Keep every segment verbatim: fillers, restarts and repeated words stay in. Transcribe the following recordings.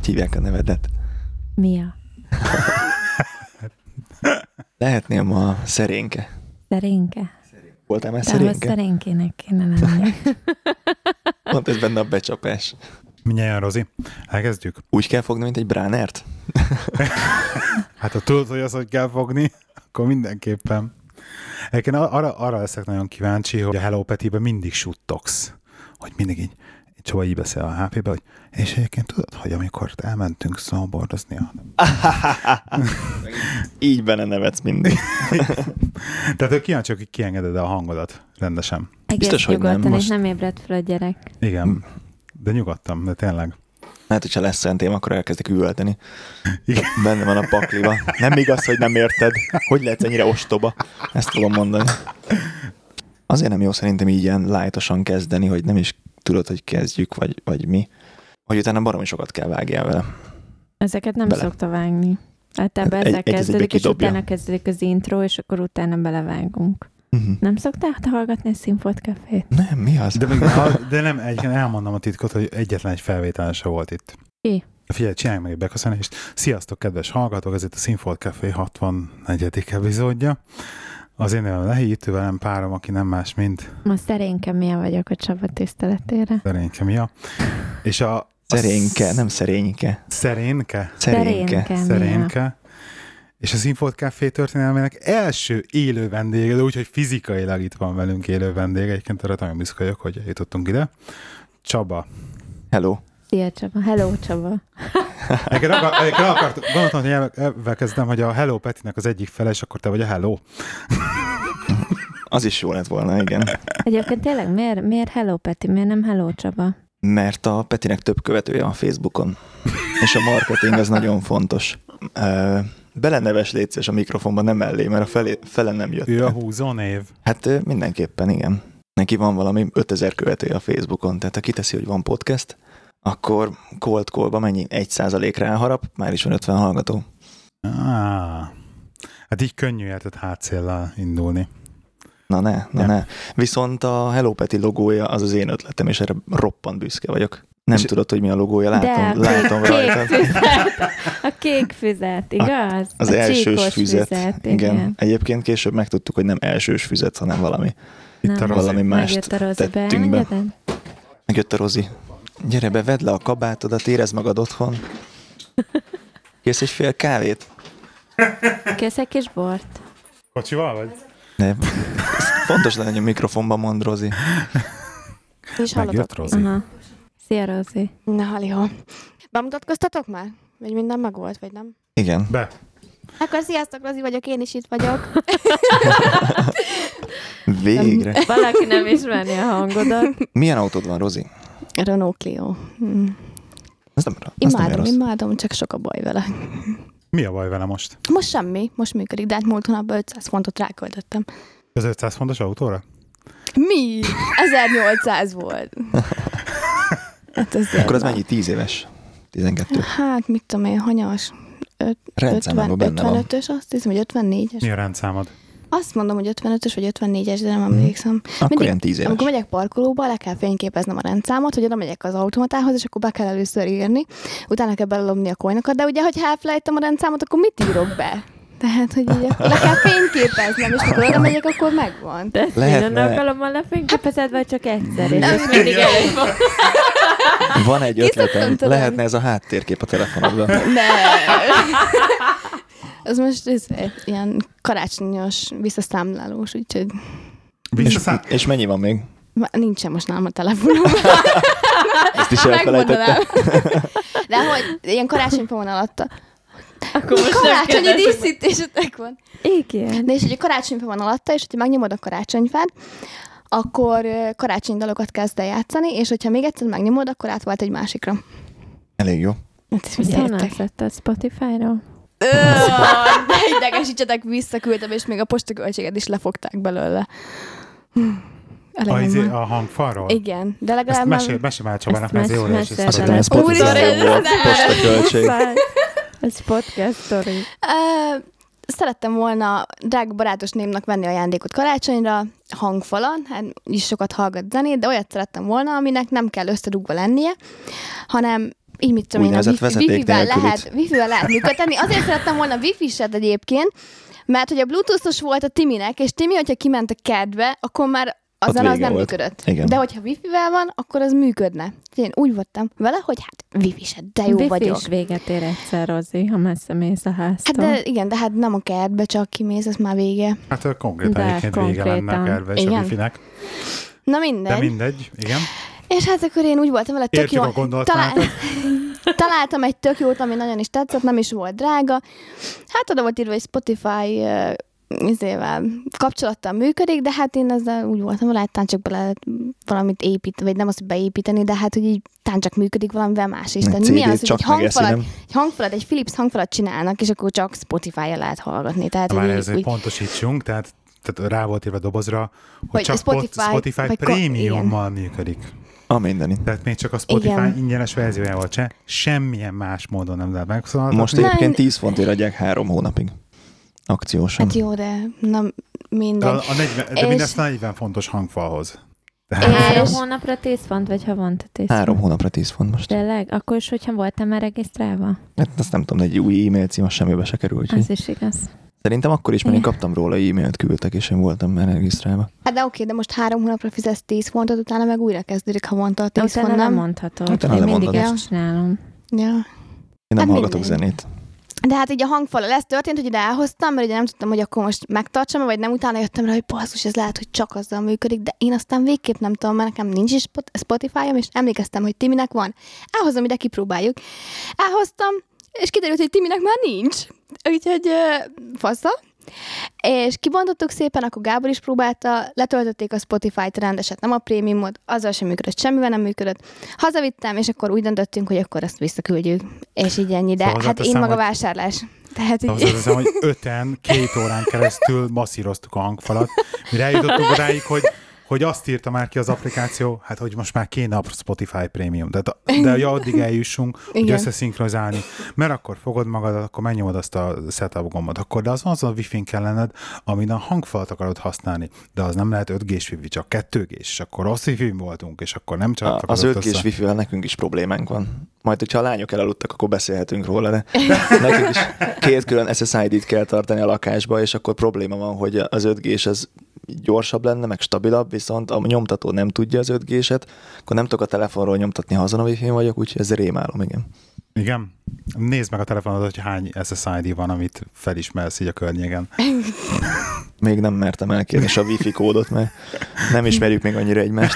Hogy hívják a nevedet? Mia. Lehetnél ma szerénke. Szerénke? Voltál már de szerénke? szerénke? Szerénkének kéne lenni. Pont ez benne a becsapás. Mindjárt, Rozi. Elkezdjük? Úgy kell fogni, mint egy bránert? Hát ha tudod, hogy az, hogy kell fogni, akkor mindenképpen. Egyébként arra, arra leszek nagyon kíváncsi, hogy a Hello Petiben mindig suttogsz. Hogy mindig így, Csaba így beszél a há pébe, hogy és egyébként tudod, hogy amikor elmentünk snowboardozni a... Így benne nevetsz mindig. Tehát ők kíváncsiak, hogy kiengeded a hangodat rendesen. Egész Biztos, hogy nyugodtan, nem. és Most... nem ébredt fel a gyerek. Igen, de nyugodtam, de tényleg. Hát, hogyha lesz olyan téma, akkor elkezdik üvölteni. Igen. Benne van a pakliba. Nem igaz, hogy nem érted. Hogy lehetsz ennyire ostoba? Ezt fogom mondani. Azért nem jó szerintem így ilyen lightosan kezdeni, hogy nem is tudod, hogy kezdjük, vagy, vagy mi. Hogy utána baromi sokat kell vágjál vele. Ezeket nem Bele. szokta vágni. Általában ezzel Egy- egy- kezdődik, és kidobja. utána kezdődik az intro, és akkor utána belevágunk. Uh-huh. Nem szoktál hallgatni a Színfolt Cafét? Nem, mi az? De, még, de nem, egyébként elmondom a titkot, hogy egyetlen egy felvétel se volt itt. Ki? Figyelj, csináljunk meg egy beköszönést. Sziasztok, kedves hallgatók, ez itt a Színfolt Café hatvannegyedik epizódja. Az én nevem Lehi, itt velem párom, aki nem más, mint Ma szerénke Mia vagyok a Csaba tiszteletére. Szerénke Mia. És a... Szerénke, a nem szerényke. Szerénke. Szerénke. Mia. Szerénke. És a Színfolt Café történelmének első élő vendége, de úgyhogy fizikailag itt van velünk élő vendég. Egyébként arra nagyon büszke vagyok, hogy jutottunk ide. Csaba. Hello. Szia Csaba. Hello Csaba. Egyébként akar, egyébként akart, gondoltam, hogy ebben kezdem, hogy a Hello Petinek az egyik fele, és akkor te vagy a Hello. Az is jó lett volna, igen. Egyébként tényleg miért, miért Hello Peti, miért nem Hello Csaba? Mert a Petinek több követője a Facebookon. És a marketing az nagyon fontos. Uh, Beleneves létszés a mikrofonban, nem mellé, mert a felé, fele nem jött. Ő a húzó név. Hát uh, mindenképpen, igen. Neki van valami ötezer követője a Facebookon, tehát ha kiteszi, hogy van podcast, akkor cold callba mennyi? Egy százalékra elharap, már is van ötven hallgató. Ah, hát így könnyű érted hátszéllel indulni. Na ne, na Ja. ne. Viszont a Hello Peti logója az az én ötletem, és erre roppant büszke vagyok. Nem És- tudod, hogy mi a logója, látom, De látom kék rajta. füzet. A kék füzet, igaz? Az a elsős csíkos füzet. füzet, igen. igen. Egyébként később megtudtuk, hogy nem elsős füzet, hanem valami. Itt a Nem. Rozi. Valami mást Megjött a Rozi, tettünk be. beengeded? Megjött a Rozi. Gyere be, vedd le a kabátodat, érezd magad otthon. Kész egy fél kávét? Kész egy kis bort? Kocsival vagy? Ne. Fontos lenne, hogy a mikrofonban mond, Rozi. És Megjött hallotok. Rozi. Aha. Szia, Rozi. Na, halihó. Bemutatkoztatok már? Vagy minden meg volt, vagy nem? Igen. Be. Akkor sziasztok, Rozi vagyok, én is itt vagyok. Végre. Valaki nem ismerni a hangodat. Milyen autód van, Rozi? Renault Clio. Hm. Ez nem, az nem Imádom, rossz. imádom, csak sok a baj vele. Mi a baj vele most? Most semmi, most működik, de hát múlt hónapban ötszáz fontot ráköltöttem. Az ötszáz fontos autóra? Mi? ezernyolcszáz volt. Hát azért Akkor az már. mennyi? tíz éves? tizenkettő. Hát, mit tudom én, hanyas? Rendszámában benne van. ötvenötös, azt hiszem, hogy ötvennégyes. Mi a rendszámod? Azt mondom, hogy ötvenötös vagy ötvennégyes, de nem emlékszem. Akkor Mindig, ilyen tíz éves. Amikor megyek parkolóba, le kell fényképeznem a rendszámot, hogy oda megyek az automatához, és akkor be kell először írni, utána kell belelomni a coinokat, de ugye, hogy elfelejtem a rendszámot, akkor mit írok be? Tehát, hogy így le kell fényképeznem, és amikor oda megyek, akkor megvan. De ezt Lehetne- minden alkalommal lefényképezed, vagy csak egyszer? És ez mindig elég van. Van egy Ki szoktam ötletem. találni. Lehetne ez a háttérkép a telefonodban. Ne! Ez most ez, ilyen karácsonyos visszaszámlálós, úgyhogy Visszaszám... És mennyi van még? már nincsen most nálam a telefonom. Ezt is elfelejtettem. Megmondanám. De hogy ilyen karácsonyfa van alatta. Akkor most nem Karácsonyi kérdezem. díszítésetek van. Igen. De és ugye karácsonyfa van alatta, és hogyha megnyomod a karácsonyfát, akkor ö, karácsonydalokat kezd el játszani, és hogyha még egyszer megnyomod, akkor átvált egy másikra. Elég jó. Hát, Ezt figyeljetek. honnan szedted? Spotify-ról? Ö, Ne idegesítsetek, visszaküldtem, és még a postaköltséget is lefogták belőle. Hm, A, elegem izé- van. a hangfalról? Igen, de Ezt legalább mesél, nem... mesél már Csabának, Ezt mert ez jó mes- lesz. mesélj Azt el. hittem, ez Spotify Úristen, volt, ne! postaköltség. Ez podcast story. Ö, Szerettem volna drága barátos némnak venni ajándékot karácsonyra, hangfalan, hát is sokat hallgat zenét, de olyat szerettem volna, aminek nem kell összedugva lennie, hanem így mit tudom én, a Úgynevezett wifi, wifi-vel vezeték lehet, wifi-vel lehet működtetni. Azért szerettem volna wifi-set egyébként, mert hogy a bluetoothos volt a Timinek, és Timi, hogyha kiment a kertbe, akkor már azon az nem volt. Működött. Igen. De hogyha wifi-vel van, akkor az működne. Én úgy voltam vele, hogy hát wifi-set, de jó Wifi vagyok. is véget ér egyszer, Rozi, ha messze mész a háztól. Hát de igen, de hát nem a kertbe, csak kimész, ez már vége. Hát ö, konkrétan De egyébként vége lenne a konkrétan. kertbe és a Igen. wifi-nek. Na mindegy. De mindegy, igen. És hát akkor én úgy voltam vele, tök Értjük jó. a gondolatmenetet. Találtam egy tök jót, ami nagyon is tetszett, nem is volt drága. Hát oda volt írva, hogy Spotify uh, izével kapcsolattal működik, de hát én ezzel úgy voltam vele, hogy tán csak bele lehet valamit építeni, vagy nem azt, hogy beépíteni, de hát, hogy így tán csak működik valamivel más is. Tehát mi az, hogy egy hangfalat, egy hangfalat, egy Philips hangfalat csinálnak, és akkor csak Spotify-jal lehet hallgatni. Tehát, Már hogy ezért úgy, pontosítsunk, tehát, tehát rá volt írva dobozra, hogy Hogy csak Spotify, Spotify, Spotify vagy ko- prémiummal működik. A mindenit. Tehát még csak a Spotify Igen. ingyenes verziójával se, semmilyen más módon nem lehet megszólaltatni. Most Na, egyébként én- tíz fontért adják három hónapig. Akciósan. hát jó, de nem De, mindegy. a, a negyven, de És- mindezt a negyven fontos hangfalhoz. Három És- hónapra tíz font, vagy havonta tíz Három font? hónapra tíz font most. Tényleg? Akkor is, hogyha voltam már regisztrálva? Hát azt nem tudom, egy új e-mail cím, az semmibe se kerül. Úgyhogy Az is igaz. szerintem akkor is, mert én kaptam róla e-mailt, küldtek, és én voltam már regisztrálva. Hát de oké, de most három hónapra fizetsz tíz fontot, utána meg újra kezdődik havonta a De tíz utána font, nem nem? mondhatod. Utána Én mindig lemondod. ezt csinálom. Ja. Én nem Hát hallgatok mindegy. zenét. De hát így a hangfal ez történt, hogy ide elhoztam, mert ugye nem tudtam, hogy akkor most megtartsam, vagy nem, utána jöttem rá, hogy basszus, ez lehet, hogy csak azzal működik, de én aztán végképp nem tudom, mert nekem nincs is Spot- Spotify-om, és emlékeztem, hogy Timinek van. Elhozom ide, kipróbáljuk. Elhoztam, és kiderült, hogy Timinek már nincs. Úgyhogy uh, fasza. És kibontottuk szépen, akkor Gábor is próbálta, letöltötték a Spotify-t rendeset, nem a prémiumot, azzal sem működött, semmivel nem működött. Hazavittem, és akkor úgy döntöttünk, hogy akkor ezt visszaküldjük. És így ennyi, de Szóval hát én hozzáteszem, maga hogy- vásárlás. Tehát Ahhoz így... hiszem, hogy öten, két órán keresztül masszíroztuk a hangfalat, mire eljutottunk odáig, hogy, hogy azt írta már ki az applikáció, hát hogy most már kéne a Spotify Premium. De, de hogy addig eljussunk, hogy Igen. összeszinkronizálni, mert akkor fogod magadat, akkor megnyomod azt a setup gombot, akkor de az azon a wifi-n kell lenned, amin a hangfalat akarod használni, de az nem lehet öt gés wifi, csak kettő gés, és akkor rossz wifi voltunk, és akkor nem csak A, az öt gés wifi-vel nekünk is problémánk van. Majd, hogyha a lányok elaludtak, akkor beszélhetünk róla, de nekünk is két külön es es i dé-t kell tartani a lakásba, és akkor probléma van, hogy az öt gés az gyorsabb lenne, meg stabilabb, viszont a nyomtató nem tudja az öt géset, akkor nem tudok a telefonról nyomtatni, ha azon a wifi-n vagyok, úgyhogy ezzel rémálom, igen. Igen? Nézd meg a telefonodat, hogy hány es es i dé van, amit felismersz így a környéken. Még nem mertem elkérni a wifi kódot, mert nem ismerjük még annyira egymást.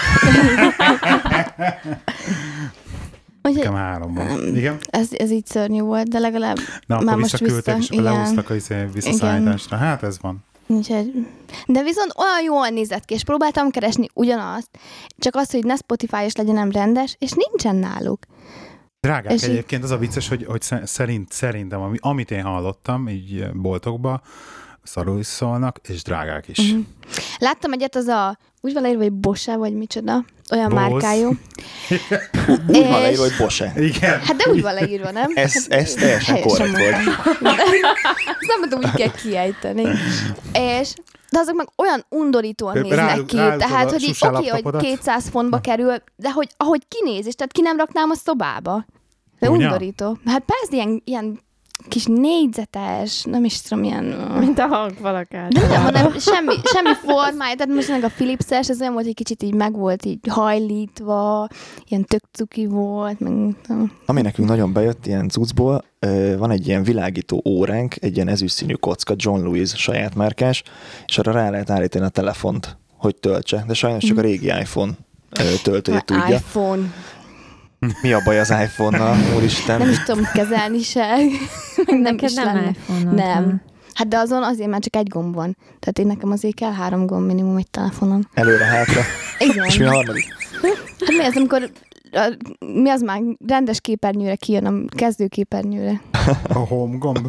Úgyhogy Nekem három van. Igen? ez, ez így szörnyű volt, de legalább Na, akkor már most visszaküldtek, és vissza. akkor Igen. leúztak a izé visszaszállításra. Hát ez van. Úgyhogy, de viszont olyan jól nézett ki, és próbáltam keresni ugyanazt, csak az, hogy ne Spotify-os legyen, nem rendes, és nincsen náluk. Drágák És így- egyébként, az a vicces, hogy, hogy szerint, szerintem, ami, amit én hallottam, így boltokba, szarul is szólnak, és drágák is. Uh-huh. Láttam egyet, az a, úgy van leírva, hogy Bose, vagy micsoda, olyan Bose. márkájú. Úgy van És- leírva, hogy Bose. Hát Igen. de úgy van leírva, nem? Ez, hát, ez teljesen helyesen korrekt volt. mondtam. Ezt nem tudom, úgy kell kiejteni. És de azok meg olyan undorítóan Rá- néznek ki. ráütöd Tehát, a hogy így susá oké, hogy laptopodat. kétszáz fontba kerül, de hogy ahogy kinéz, és tehát ki nem raknám a szobába. De Ugye? undorító. Hát persze ilyen, ilyen kis négyzetes, nem is tudom, ilyen... Mint a hangfalakát. De nem, hanem semmi, semmi formája, tehát most meg a Philips-es, ez olyan volt, hogy kicsit így meg volt így hajlítva, ilyen tök cuki volt, meg nem tudom. Ami nekünk nagyon bejött ilyen cuccból, ö, van egy ilyen világító óránk, egy ilyen ezüstszínű kocka, John Lewis saját márkás, és arra rá lehet állítani a telefont, hogy töltse, de sajnos csak a régi iPhone ö, töltőjét tudja. iPhone. Mi a baj az iPhone-nal, úristen? Nem is tudom kezelni se. Meg nem Neked is nem lenne. iPhone-od Nem. van. Hát de azon azért már csak egy gomb van. Tehát én nekem azért kell három gomb minimum egy telefonon. Előre-hátra. Igen. És mi a harmadik? Hát mi az, amikor a, mi az már rendes képernyőre kijön, a kezdőképernyőre. A home gomb.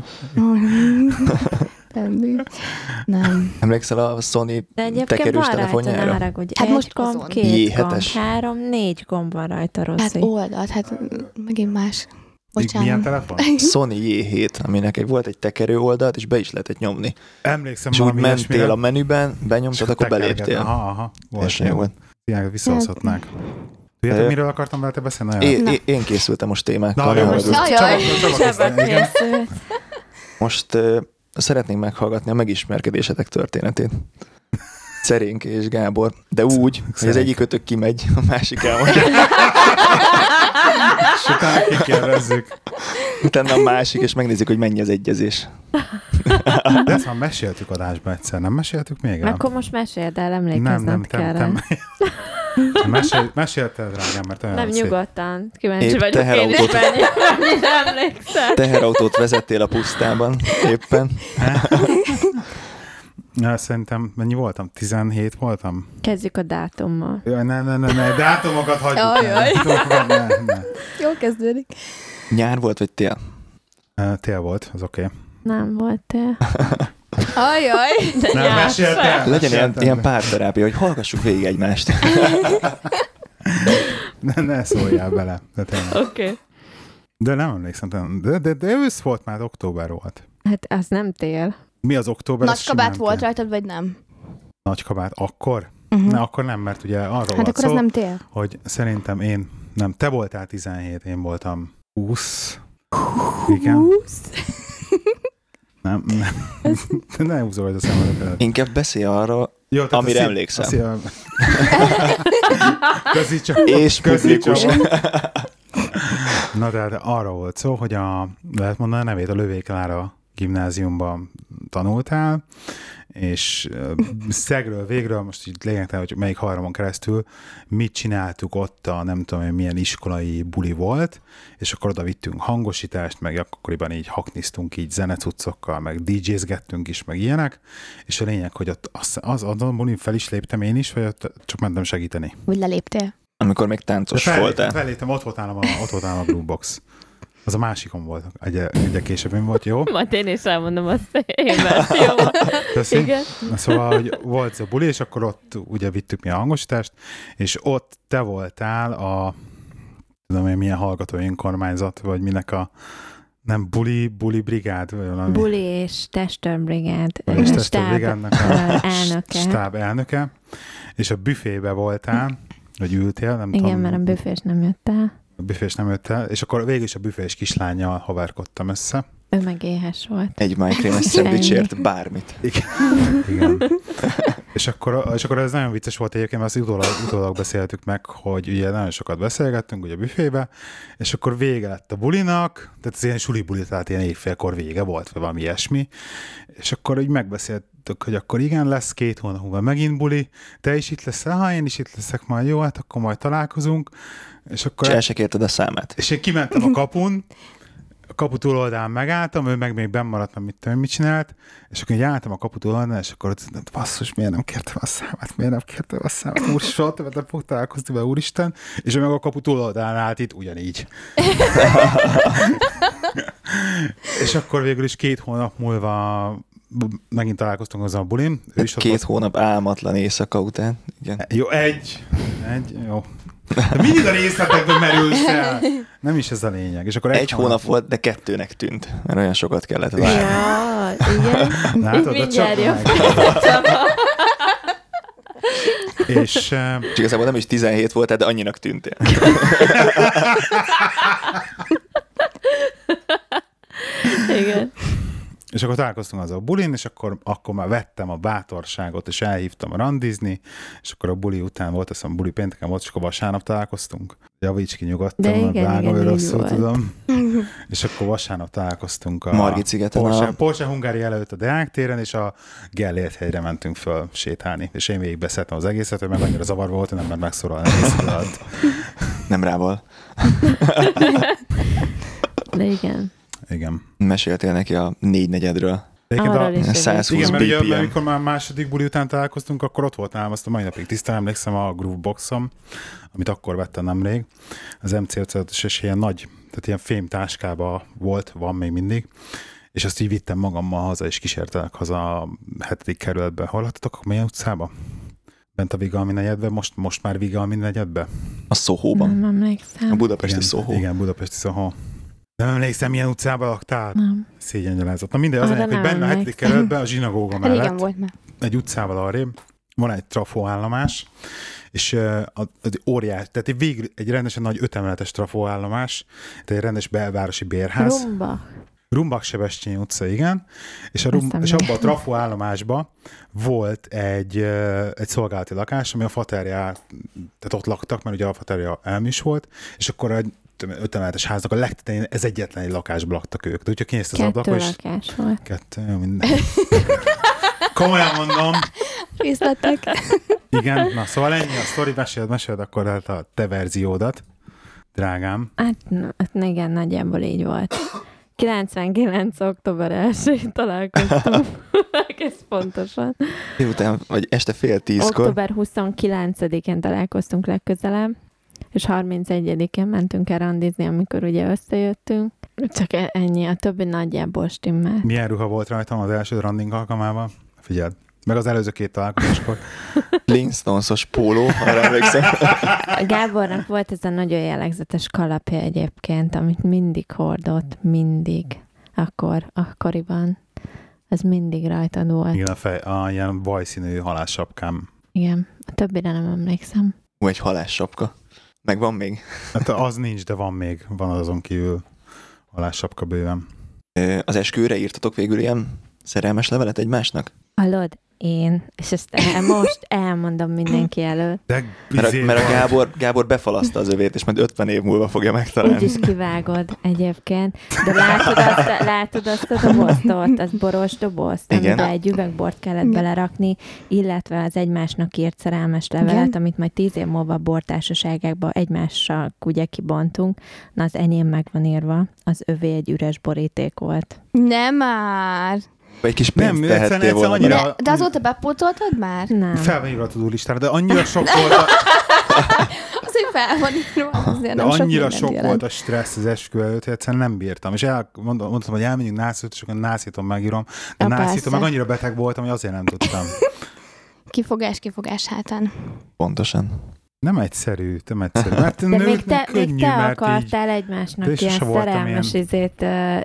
Nem. Nem. Emlékszel a Sony De egyébként tekerős van rajta, ne telefonjára? haragudj. Hát Egy most gomb, azon. két jé gomb, hetes. három, négy gomb van rajta, Hát Rossi. oldalt, hát megint más. Milyen Bocsánat. telefon? Sony jé hét, aminek egy volt egy tekerő oldalt, és be is lehetett nyomni. Emlékszem És úgy valami mentél ilyesmire. a menüben, benyomtad, akkor Tekerget. beléptél. Aha, aha. Volt Teljesen ilyen. jó volt. Ilyenek visszahozhatnák. Tudjátok, miről akartam veletek beszélni? Én, én, én készültem most témákkal. Na, jó, most, most Ajaj. Csaba készült. most uh, szeretnénk meghallgatni a megismerkedésetek történetét. Szerénk és Gábor. De úgy, hogy az egyik ötök kimegy, a másik elmondja. És utána kikérdezzük. Utána a másik, és megnézzük, hogy mennyi az egyezés. De ezt már meséltük adásban egyszer, nem meséltük még el? Akkor most meséld el, Nem, emlékezned nem, kell. nem, nem. Mesél, mesélted, drágám, mert olyan Nem, szép. nyugodtan. Kíváncsi Épp vagyok én is, teherautót- mennyi, mennyire emlékszel. Teherautót vezettél a pusztában éppen. Ja, szerintem, mennyi voltam? tizenhét voltam? Kezdjük a dátummal. Jaj, ne, ne, ne, ne, dátumokat hagyjuk. Ajaj. Ne, dátumokat, ne, ne. Jól kezdődik. Nyár volt, vagy tél? Uh, Tél volt, az oké. Okay. Nem voltál. Ajaj. De Nem, nyár meséltem. sem. Legyen ilyen, Meséltem. ilyen párterápia, hogy hallgassuk végig egymást. Ne, ne szóljál bele. De, Oké. Okay. de nem emlékszem. De, de, de ősz volt már, október volt. Hát az nem tél. Mi az október? Nagy az kabát simán volt tél. rajtad, vagy nem? Nagy kabát. Akkor? Uh-huh. Ne, akkor nem, mert ugye arról Hát volt akkor szó, az nem tél. hogy szerintem én, nem, te voltál tizenhét, én voltam húsz. Igen. húsz? Nem, nem. Ne húzol a szemedet. Inkább beszélj arra, Jó, tehát amire a szív- emlékszem. a szív- Közi csak. és Közi publikus. csak. Na, de, de arra volt szó, hogy a, lehet mondani a nevét, a Lövék Klára gimnáziumban tanultál, és ö, szegről végről, most így lényegtelen, hogy melyik harmon keresztül, mit csináltuk ott, a nem tudom én milyen iskolai buli volt, és akkor oda vittünk hangosítást, meg akkoriban így hakniztunk így zenecuccokkal, meg dé jézgettünk is, meg ilyenek, és a lényeg, hogy ott az, az, az a bulin fel is léptem én is, vagy ott csak mentem segíteni. Vagy leléptél? Amikor még táncos De fel, voltál. Felléptem, ott volt nálam a, ott volt nálam a Groovebox. Az a másikon volt, egy, egy később volt, jó? Majd én is elmondom azt én verziómat. Köszi. Igen. Na, szóval, hogy volt ez a buli, és akkor ott ugye vittük mi a hangosítást, és ott te voltál a, tudom én, milyen hallgatói önkormányzat, vagy minek a, nem buli, buli brigád, vagy valami. Buli és testőrbrigád. Buli és stáb, testőrbrigádnak a ö, elnöke. stáb elnöke, és a büfébe voltál, vagy ültél, nem Igen, tudom. mert a büfés nem jött el. A büfés nem jött el, és akkor végül is a büfés kislánnyal haverkodtam össze. Ő meg éhes volt. Egy májkrémes szendvicsért bármit. Igen. Igen. és, akkor, és akkor ez nagyon vicces volt egyébként, mert azt utólag, utólag beszéltük meg, hogy ugye nagyon sokat beszélgettünk ugye a büfébe, és akkor vége lett a bulinak, tehát ez ilyen suli buli, tehát ilyen évfélkor vége volt, vagy valami ilyesmi, és akkor így megbeszéltük, hogy akkor igen, lesz két hónap múlva megint buli, te is itt leszel, ha én is itt leszek majd, jó, hát akkor majd találkozunk, és akkor... És el se kérted a számát. És én kimentem a kapun, a kapu túloldalán megálltam, ő meg még benn maradt, nem mit tudom, mit csinált, és akkor így álltam a kapu túloldalán, és akkor ott, basszus, miért nem kértem a számát, miért nem kértem a számát, úr, soha többet nem fog találkozni be, úristen, és ő meg a kapu túloldalán állt itt ugyanígy. és akkor végül is két hónap múlva megint találkoztunk azon a bulin. Ő is Két ott hónap álmatlan éjszaka után. Igen. Jó, egy. Egy, jó. De mindig a részletekben merülsz el. Nem is ez a lényeg. És akkor egy, Egy hónap volt, de kettőnek tűnt, mert olyan sokat kellett várni. Ja, igen. Látod, Így a mindjárt jön. Csaba. És uh, És igazából nem is tizenhét volt, de annyinak tűntél. Igen. És akkor találkoztunk az a bulin, és akkor, akkor már vettem a bátorságot, és elhívtam randizni, és akkor a buli után volt, azt mondom, buli pénteken volt, és akkor vasárnap találkoztunk. Javíts ki nyugodtan, De igen, drága, igen, hogy így rosszul volt. tudom. És akkor vasárnap találkoztunk a Margit szigeten Porsche, a- Porsche Hungária előtt a Deák téren, és a Gellért hegyre mentünk föl sétálni. És én végig beszéltem az egészet, hogy meg annyira zavarba volt, hogy nem mert megszólalni egész alatt. Nem rával. De igen. Igen. Meséltél neki a négynegyedről. Egyébként Arról is a, száz húsz igen, mert, ugye, bé pé mert em. amikor már második buli után találkoztunk, akkor ott volt nálam, azt a mai napig tisztán emlékszem a Grooveboxom, amit akkor vettem nemrég. Az em cé ötvenötös és ilyen nagy, tehát ilyen fém táskába volt, van még mindig, és azt így vittem magammal haza, és kísértelek haza a hetedik kerületbe. Hol laktatok? Milyen utcába? Bent a Vigalmi negyedbe? Most, most már Vigalmi negyedbe? A Soho-ban. Nem emlékszem. A budapesti igen, Soho. Igen, budapesti Soho. Nem emlékszem, milyen utcában laktál? Nem. Szégyengyalázat. Na mindegy, az Arra lényeg, hogy nem benne a hetedik emlékszem. kerületben, a zsinagóga Régen mellett, volt már. egy utcával arrébb, van egy trafóállomás, és uh, egy óriás, tehát egy, végül, egy rendesen nagy ötemeletes trafóállomás, tehát egy rendes belvárosi bérház. Rumba. Rumbach-Sebestyén utca, igen, és, a rum, és abban a trafóállomásban volt egy, uh, egy szolgálati lakás, ami a faterja, tehát ott laktak, mert ugye a faterja elműs volt, és akkor egy ötemeletes háznak a legtetején ez egyetlen egy lakásban laktak ők. De hogyha kinézte az ablakba, és... Kettő lakás volt. Kettő, minden. Komolyan mondom. Részletek. Igen, na szóval ennyi a sztori, meséld, meséld akkor hát a te verziódat, drágám. Hát, hát igen, nagyjából így volt. kilencvenkilenc október elsején találkoztunk. Ez pontosan. Délután, vagy este fél tízkor. október huszonkilencedikén találkoztunk legközelebb, és harmincegyedikén mentünk el randizni, amikor ugye összejöttünk. Csak ennyi, a többi nagyjából stimmel. Milyen ruha volt rajtam az első randing alkalmával? Figyeld. Meg az előző két találkozáskor. Flintstones-os póló, arra emlékszem. A Gábornak volt ez a nagyon jellegzetes kalapja egyébként, amit mindig hordott, mindig. Akkor, akkoriban. Ez mindig rajtad volt. Igen, a, fej, a ilyen vajszínű halássapkám. Igen, a többire nem emlékszem. Ú, egy halássapka. Meg van még? Hát az nincs, de van még. Van azon kívül halássapka bőven. Az esküvőre írtatok végül ilyen szerelmes levelet egymásnak? Hallod? Én, és ezt el, most elmondom mindenki előtt. De mert, a, mert a Gábor, Gábor befalaszta az övét, és majd ötven év múlva fogja megtalálni. Úgy is kivágod egyébként. De látod azt, látod azt a dobozt ott, az boros dobozt, amiben egy üvegbort kellett Igen. belerakni, illetve az egymásnak írt szerelmes levelet, Igen. amit majd tíz év múlva a bortársaságokban egymással ugye kibontunk. Na, az enyém meg van írva, az övé egy üres boríték volt. Nem már! Egy kis pénzt nem, tehettél volna. Annyira... De, de azóta bepótoltad már? Nem. Fel van írva a tudó listára, de annyira sok volt a... Azért fel van írva. Azért de nem annyira sok, sok jelent. volt a stressz az esküvő előtt, hogy egyszerűen nem bírtam. És elmondtam, mondtam, hogy elmegyünk nászítót, és akkor nászítom, megírom. De a nászítom, meg annyira beteg voltam, hogy azért nem tudtam. Kifogás, kifogás hátán. Pontosan. Nem egyszerű, nem egyszerű. Mert de még te, könnyű, még te mert akartál így... egymásnak ilyen szerelmes izét uh,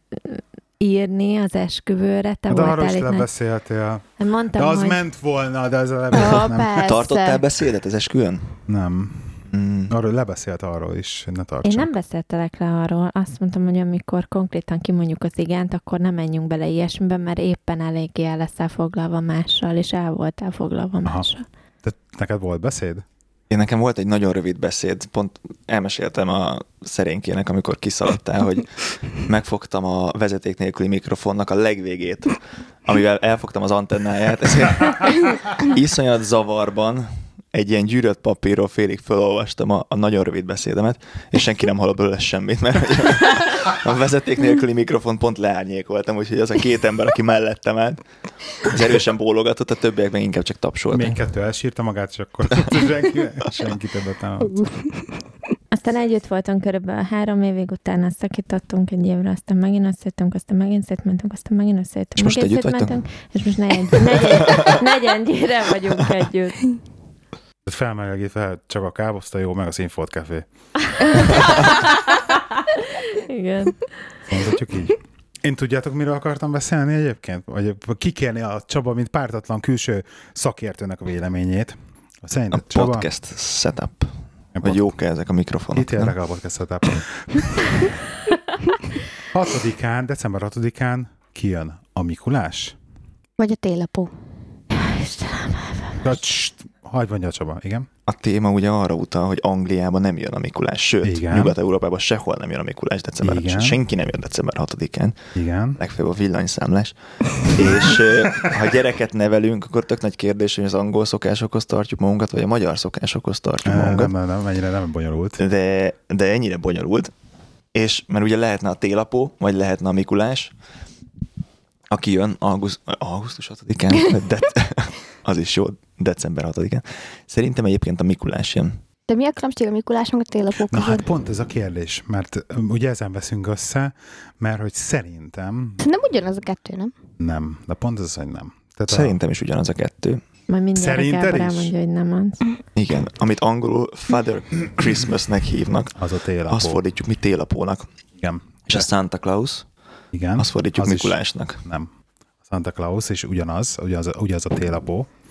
írni az esküvőre. Te de arról is itt lebeszéltél. Mondtam, de az hogy... ment volna, de ez a lebeszélt oh, nem. Persze. Tartottál beszédet az esküvőn? Nem. Mm. Arról lebeszélt arról is, ne tartsak. Én nem beszéltelek le arról. Azt mondtam, hogy amikor konkrétan kimondjuk az igent, akkor nem menjünk bele ilyesmiben, mert éppen eléggé el leszel foglalva mással, és el voltál foglalva Aha. mással. Te, neked volt beszéd? Én nekem volt egy nagyon rövid beszéd, pont elmeséltem a szerénkének, amikor kiszaladtál, hogy megfogtam a vezeték nélküli mikrofonnak a legvégét, amivel elfogtam az antennáját, ezért iszonyat zavarban egy ilyen gyűrött papírról félig felolvastam a, a nagyon rövid beszédemet, és senki nem hallott belőle semmit, mert a vezeték nélküli mikrofon pont leárnyékoltam, úgyhogy az a két ember, aki mellettem állt, az erősen bólogatott, a többiek meg inkább csak tapsoltak. Még kettő elsírta magát, és akkor senki, senki többet nem adsz. Aztán együtt voltunk körülbelül három évig, utána szakítottunk egy évre, aztán megint összejöttünk, aztán megint szétmentünk, aztán megint összejöttünk. És most együtt vagytok? És most negyegy, negyegy, negyedjére vagyunk együtt. Felmelegítve csak a káposzta jó, meg a Színfolt Café. Igen. Mondhatjuk így. Én tudjátok, miről akartam beszélni egyébként? Vagy kikérni a Csaba, mint pártatlan külső szakértőnek a véleményét. Szerinted, a Csaba? podcast setup. Vagy jók-e ezek a mikrofonok? Itt érlek a podcast setup. hatodikán, december hatodikán kijön a Mikulás? Vagy a télapó. Istenem, Hagyj mondja a Csaba, igen. A téma ugye arra utal, hogy Angliában nem jön a Mikulás, sőt, igen. Nyugat-Európában sehol nem jön a Mikulás december hatodikán. Senki nem jön december hatodikán. Igen. Legfeljebb a villanyszámlás. És ha gyereket nevelünk, akkor tök nagy kérdés, hogy az angol szokásokhoz tartjuk magunkat, vagy a magyar szokásokhoz tartjuk magunkat. Nem, nem, nem, ennyire nem bonyolult. De, de ennyire bonyolult. És mert ugye lehetne a télapó, vagy lehetne a Mikulás, aki jön augusztus, augusztus hatodikán, de az is jó, december hatodikán. Szerintem egyébként a Mikulás jön. De mi a különbség a Mikulás meg a télapó között? Na hát pont ez a kérdés, mert ugye ezen veszünk össze, mert hogy szerintem... Nem ugyanaz a kettő, nem? Nem, de pont ez, hogy nem. Tehát szerintem a... is ugyanaz a kettő. Majd mindjárt Gábor elmondja, hogy nem az. Igen, amit angolul Father Christmasnek hívnak, az a télapó. Azt fordítjuk mi télapónak. Igen. És de... a Santa Claus, igen, azt fordítjuk az Mikulásnak. Is, nem. A Santa Claus is ugyanaz, ugyanaz, ugyanaz a télapó.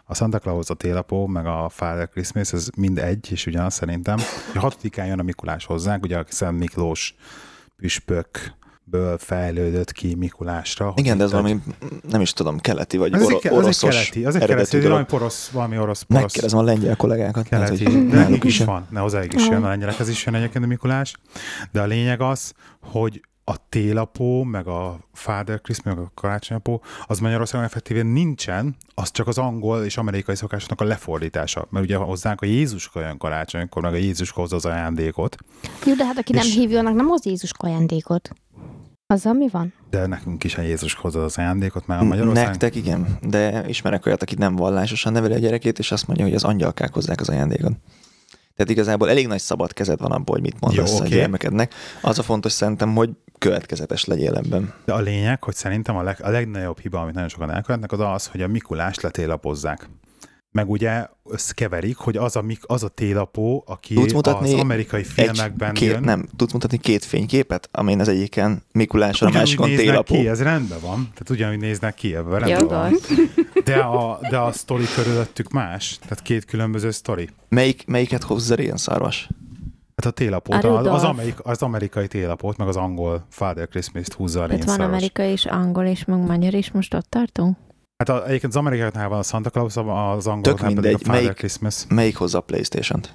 a Santa Claus, a télapó, meg a Father Christmas, ez mind egy, és ugyanaz szerintem. A hatodikán jön a Mikulás hozzánk, ugye a Szent Miklós püspökből fejlődött ki Mikulásra. Igen, de ez valami, nem is tudom, keleti vagy az orosz, egy, az egy keleti, az egy keleti, valami porosz, valami orosz, porosz. Megkérdezem a lengyel kollégákat. Keleti, lehet, de nekik is van, ne hozzájuk is jön, a lengyelekhez is jön egyébként a Mikulás, de a lényeg az, hogy a télapó, meg a Father Christmas, meg a karácsonyapó, az Magyarországon effektíven nincsen, az csak az angol és amerikai szokásoknak a lefordítása. Mert ugye hozzánk a Jézuska jön karácsonykor, meg a Jézuska hozza az ajándékot. Jó, de hát aki és... nem hívja, annak nem hoz Jézuska ajándékot. Azzal mi van? De nekünk is a Jézuska hozza az ajándékot, mert a Magyarország... Nektek igen, de ismerek olyat, aki nem vallásosan neveli a gyerekét, és azt mondja, hogy az angyalkák hozzák az ajándékot. Tehát igazából elég nagy szabad kezed van abból, hogy mit mondasz Jó, a okay. gyermekednek. Az a fontos szerintem, hogy következetes legyél ebben. De a lényeg, hogy szerintem a, leg, a legnagyobb hiba, amit nagyon sokan elkövetnek, az az, hogy a Mikulást letélapozzák. Meg ugye összkeverik, hogy az a, az a télapó, aki az amerikai filmekben egy, két, jön. Nem, tudsz mutatni két fényképet, amin az egyiken Mikulás, a másikon télapó. Ki, ez rendben van. Tehát ugyanúgy néznek ki, ebben rendben van. De a, de a sztori körülöttük más. Tehát két különböző sztori. Melyik, melyiket hozza ilyen szarvas? Hát a télapót, az, az, amerik, az amerikai télapót, meg az angol Father Christmas-t húzza a rénszarvas. Van amerikai és angol és meg magyar is, most ott tartunk? Hát a, egyébként az amerikaiaknál van a Santa Claus, az angoloknál pedig a Father melyik, Christmas. Melyik hozza a PlayStation-t?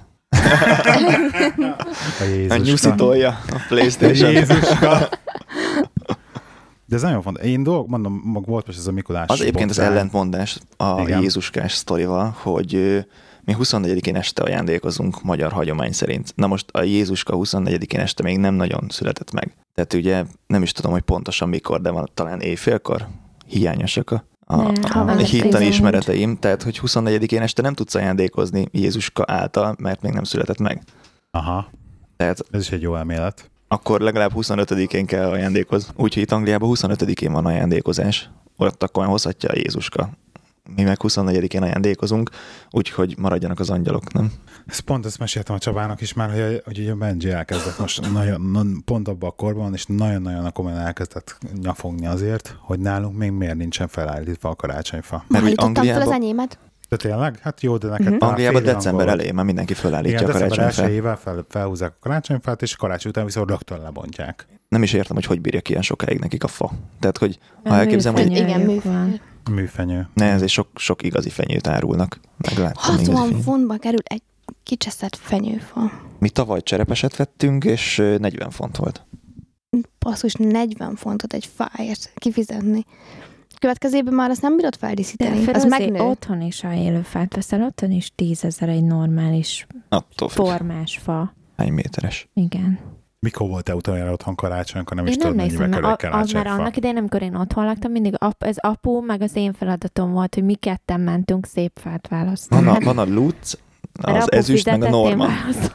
A Jézuska. A nyuszitolja a PlayStation. A Jézuska. De ez nagyon fontos. Én dolg, mondom, volt most ez a Mikulás. Az egyébként az ellentmondás a Igen. Jézuskás sztorival, hogy mi huszonnegyedikén este ajándékozunk magyar hagyomány szerint. Na most a Jézuska huszonnegyedikén este még nem nagyon született meg. Tehát ugye nem is tudom, hogy pontosan mikor, de van talán éjfélkor hiányosak a A, a, a hittani ismereteim, tehát hogy huszonnegyedikén este nem tudsz ajándékozni Jézuska által, mert még nem született meg. Aha, tehát ez is egy jó elmélet. Akkor legalább huszonötödikén kell ajándékozni. Úgyhogy itt Angliában huszonötödikén van ajándékozás. Ott akkor hozhatja a Jézuska. Mi meg huszonnegyedikén ajándékozunk, úgyhogy maradjanak az angyalok, nem? Ezt pont ezt meséltem a Csabának is már, hogy, hogy a Benji elkezdett most nagyon, pont abban a korban, és nagyon-nagyon komolyan elkezdett nyafogni azért, hogy nálunk még miért nincsen felállítva a karácsonyfa. Mert úgy Angliában... fel az enyémet. De tényleg? Hát jó, de neked... Uh-huh. Angliában december elején már mindenki felállítja igen, a karácsonyfát. december elsejével fel, felhúzzák a karácsonyfát, és a karácsony után viszont rögtön lebontják. Nem is értem, hogy hogy bírja ki ilyen sokáig nekik a fa. Tehát, hogy ha elképzelem, hogy... Igen, műfenyő. Műfenyő. Ne, ezért sok, sok igazi fenyőt árulnak. hatvan fontba kerül egy kicseszett fenyőfa. Mi tavaly cserepeset vettünk, és negyven font volt. Basszus, negyven fontot egy fáért kifizetni. Következében már azt nem bírod feldíszíteni. De az megnő. Otthon is, ha élőfát veszel, otthon is tízezer egy normális formás fa. Hány méteres? Igen. Mikor volt te utoljára otthon karácsonykor? Nem is én tudod, nem mennyibe kerül egy karácsonyfa. Az már annak idején, amikor én otthon laktam, mindig ap, ez apu, meg az én feladatom volt, hogy mi ketten mentünk szép fát választani. Van a, van a Lutz, az ezüst, meg a Norman.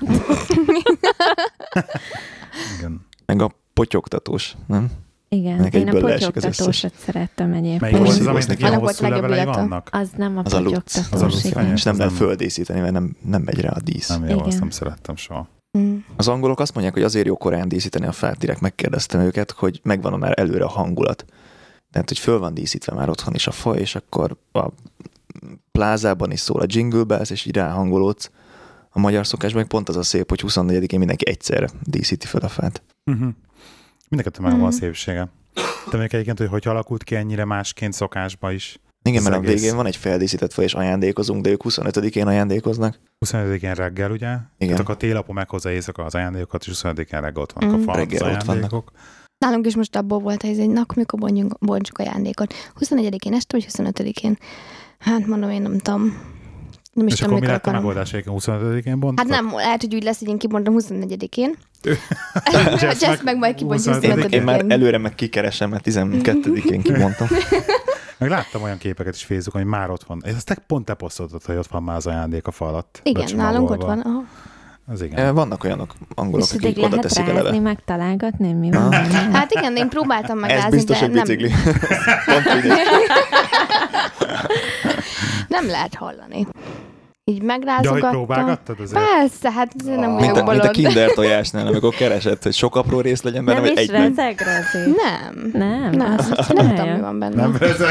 Igen. Meg a potyogtatós, nem? Igen, Nek én a potyogtatósat szerettem egyébként. Melyik volt az, aminek ilyen hosszú levelei vannak? Az nem a az potyogtatós. Az a Lutz, és nem lehet földíszíteni, mert nem, nem megy rá a dísz. Nem jó, azt nem szerettem soha. Mm. Az angolok azt mondják, hogy azért jó korán díszíteni a fát, direkt megkérdeztem őket, hogy megvan már előre a hangulat. Tehát, hogy föl van díszítve már otthon is a fa, és akkor a plázában is szól a Jingle Bells, és így ráhangolódsz. A magyar szokásban meg pont az a szép, hogy huszonnegyedikén mindenki egyszerre díszíti fel a fát. Uh-huh. Mindenkettő meg van a szépsége. De még egyébként, hogy hogy alakult ki ennyire másként szokásba is. Igen, mert egész... a végén van egy feldíszített fa, és ajándékozunk, de ők huszonötödikén ajándékoznak. huszonötödikén reggel, ugye? Igen. Tehát akkor a télapó meghozza éjszaka az ajándékokat, és huszonötödikén reggel ott vannak mm. a fa, az ajándékok. Nálunk is most abból volt ez egy nak, mikor bontsuk, bontsuk ajándékot. huszonegyedikén este, vagy huszonötödikén? Hát mondom, én nem tudom. Nem is és tudom, akkor mi lett a akarom. megoldás, egyébként huszonötödikén bontottak? Hát nem, lehet, hogy úgy lesz, hogy én kibontom huszonnegyedikén. Jess, Jess meg majd kibontja huszonötödikén. Én már előre meg kikeresem, mert tizenkettedikén kibontom. Meg láttam olyan képeket is Facebookon, hogy már ott van. És azt pont te posztoltad, hogy ott van már az ajándék a fa alatt. Igen, nálunk ott van. Aha. Az igen. Vannak olyanok angolok, és akik oda teszik eleve. És rázni, megtalálgatni, mi van? Hát igen, én próbáltam megrázni, ez biztos, de hogy nem. bicikli. Nem Nem lehet hallani. így De megrázogattam. hogy próbálgattad azért? Persze, hát ez nem Mint vagyok a, mint a bolond. kinder tojásnál, amikor keresett, hogy sok apró rész legyen benne, Nem vagy is egy nagy. rezeg, Rozi? Nem. Nem, Nem, azt nem csinálja. tudom, mi van benne. Nem ezek.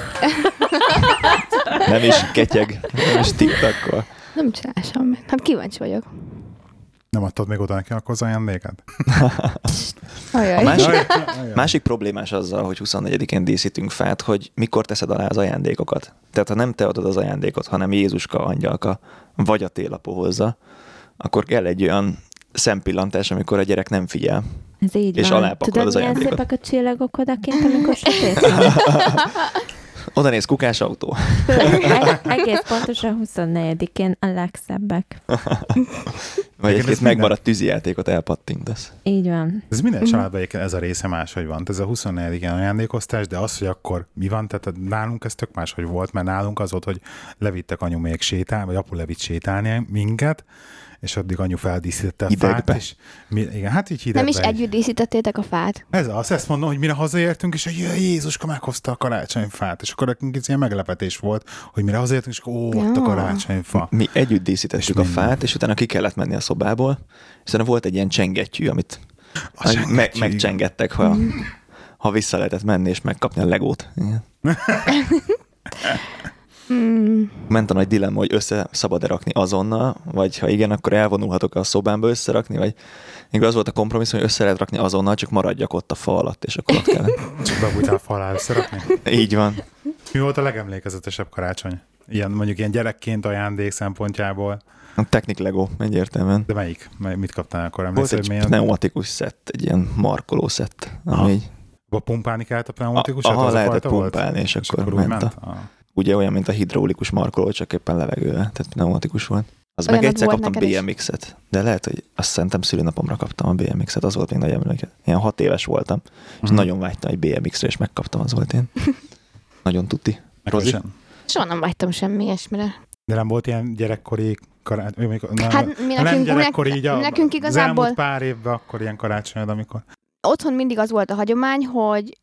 Nem is ketyeg, nem is tiktakkol. Nem csinál semmit. Hát kíváncsi vagyok. Nem adtad még oda neki akkor az ajándékát? Ajaj. A másik, Ajaj. másik problémás azzal, hogy huszonnegyedikén díszítünk fát, hogy mikor teszed alá az ajándékokat. Tehát ha nem te adod az ajándékot, hanem Jézuska, angyalka, vagy a télapó hozza, akkor kell egy olyan szempillantás, amikor a gyerek nem figyel. Ez így És van. alápakolod Tudod, az milyen ajándékot. szépek a csillagok odakint, amikor sötét van? Oda néz, kukás autó. E- egész pontosan huszonnegyedikén a legszebbek. Vagy ez egy-két minden- megmaradt tűzijátékot elpattintasz. Így van. Ez minden családban egyébként ez a része máshogy van. Ez a huszonnegyedikén ajándékoztás, de az, hogy akkor mi van, tehát nálunk ez tök máshogy volt, mert nálunk az volt, hogy levittek anyu még sétálni, vagy apu levitt sétálni minket, és addig anyu feldíszítette a Hidegbe. fát, és mi, igen, hát így hidegbe. Nem is egy- együtt díszítettétek a fát? Ez az, ezt mondom, hogy mire hazaértünk, és hogy jaj, Jézuska meghozta a karácsonyfát, és akkor nekünk ez ilyen meglepetés volt, hogy mire hazaértünk, és akkor ó, ott a Ja. karácsonyfa. Mi együtt díszítettük És a minden. fát, és utána ki kellett menni a szobából, és utána volt egy ilyen csengettyű, amit A csengettyű, me- igen. megcsengettek, ha, ha vissza lehetett menni és megkapni a legót. Igen. Mm. Ment a nagy dilemma, hogy össze szabad-e rakni azonnal, vagy ha igen, akkor elvonulhatok a szobámba összerakni, vagy még az volt a kompromisszum, hogy össze lehet rakni azonnal, csak maradjak ott a fa alatt, és akkor ott kell. Csak bebújtál a fal alá összerakni. Így van. Mi volt a legemlékezetesebb karácsony? Ilyen, mondjuk ilyen gyerekként ajándék szempontjából. A Technic Lego egyértelműen. De melyik? Mely, mit kaptál akkor? Volt Emlékszel, egy hogy milyen? pneumatikus szett, egy ilyen markoló szett, Aha. ami így, Ba pumpálni kellett a pneumatikusat? aha, az a lehetett fajta volt? pumpálni, és És akkor úgy ment. ment? A, Ah. ugye olyan, mint a hidraulikus markoló, csak éppen levegővel, tehát pneumatikus volt. Az meg Olyanod egyszer volt kaptam neked is? bé em ikset, de lehet, hogy azt szerintem szülőnapomra kaptam a bé em ikset, az volt még nagy emléket. Ilyen hat éves voltam, és Mhm. nagyon vágytam egy bé em ikre, és megkaptam, az volt én. Nagyon tuti. Nekem Rozi? sem. Soha nem vágytam semmi ilyesmire. De nem volt ilyen gyerekkori karácsony? Hát mi nem nekünk- gyerekkori, mi így a, nekünk az igazából- elmúlt pár évben akkor ilyen karácsonyod, amikor... Otthon mindig az volt a hagyomány, hogy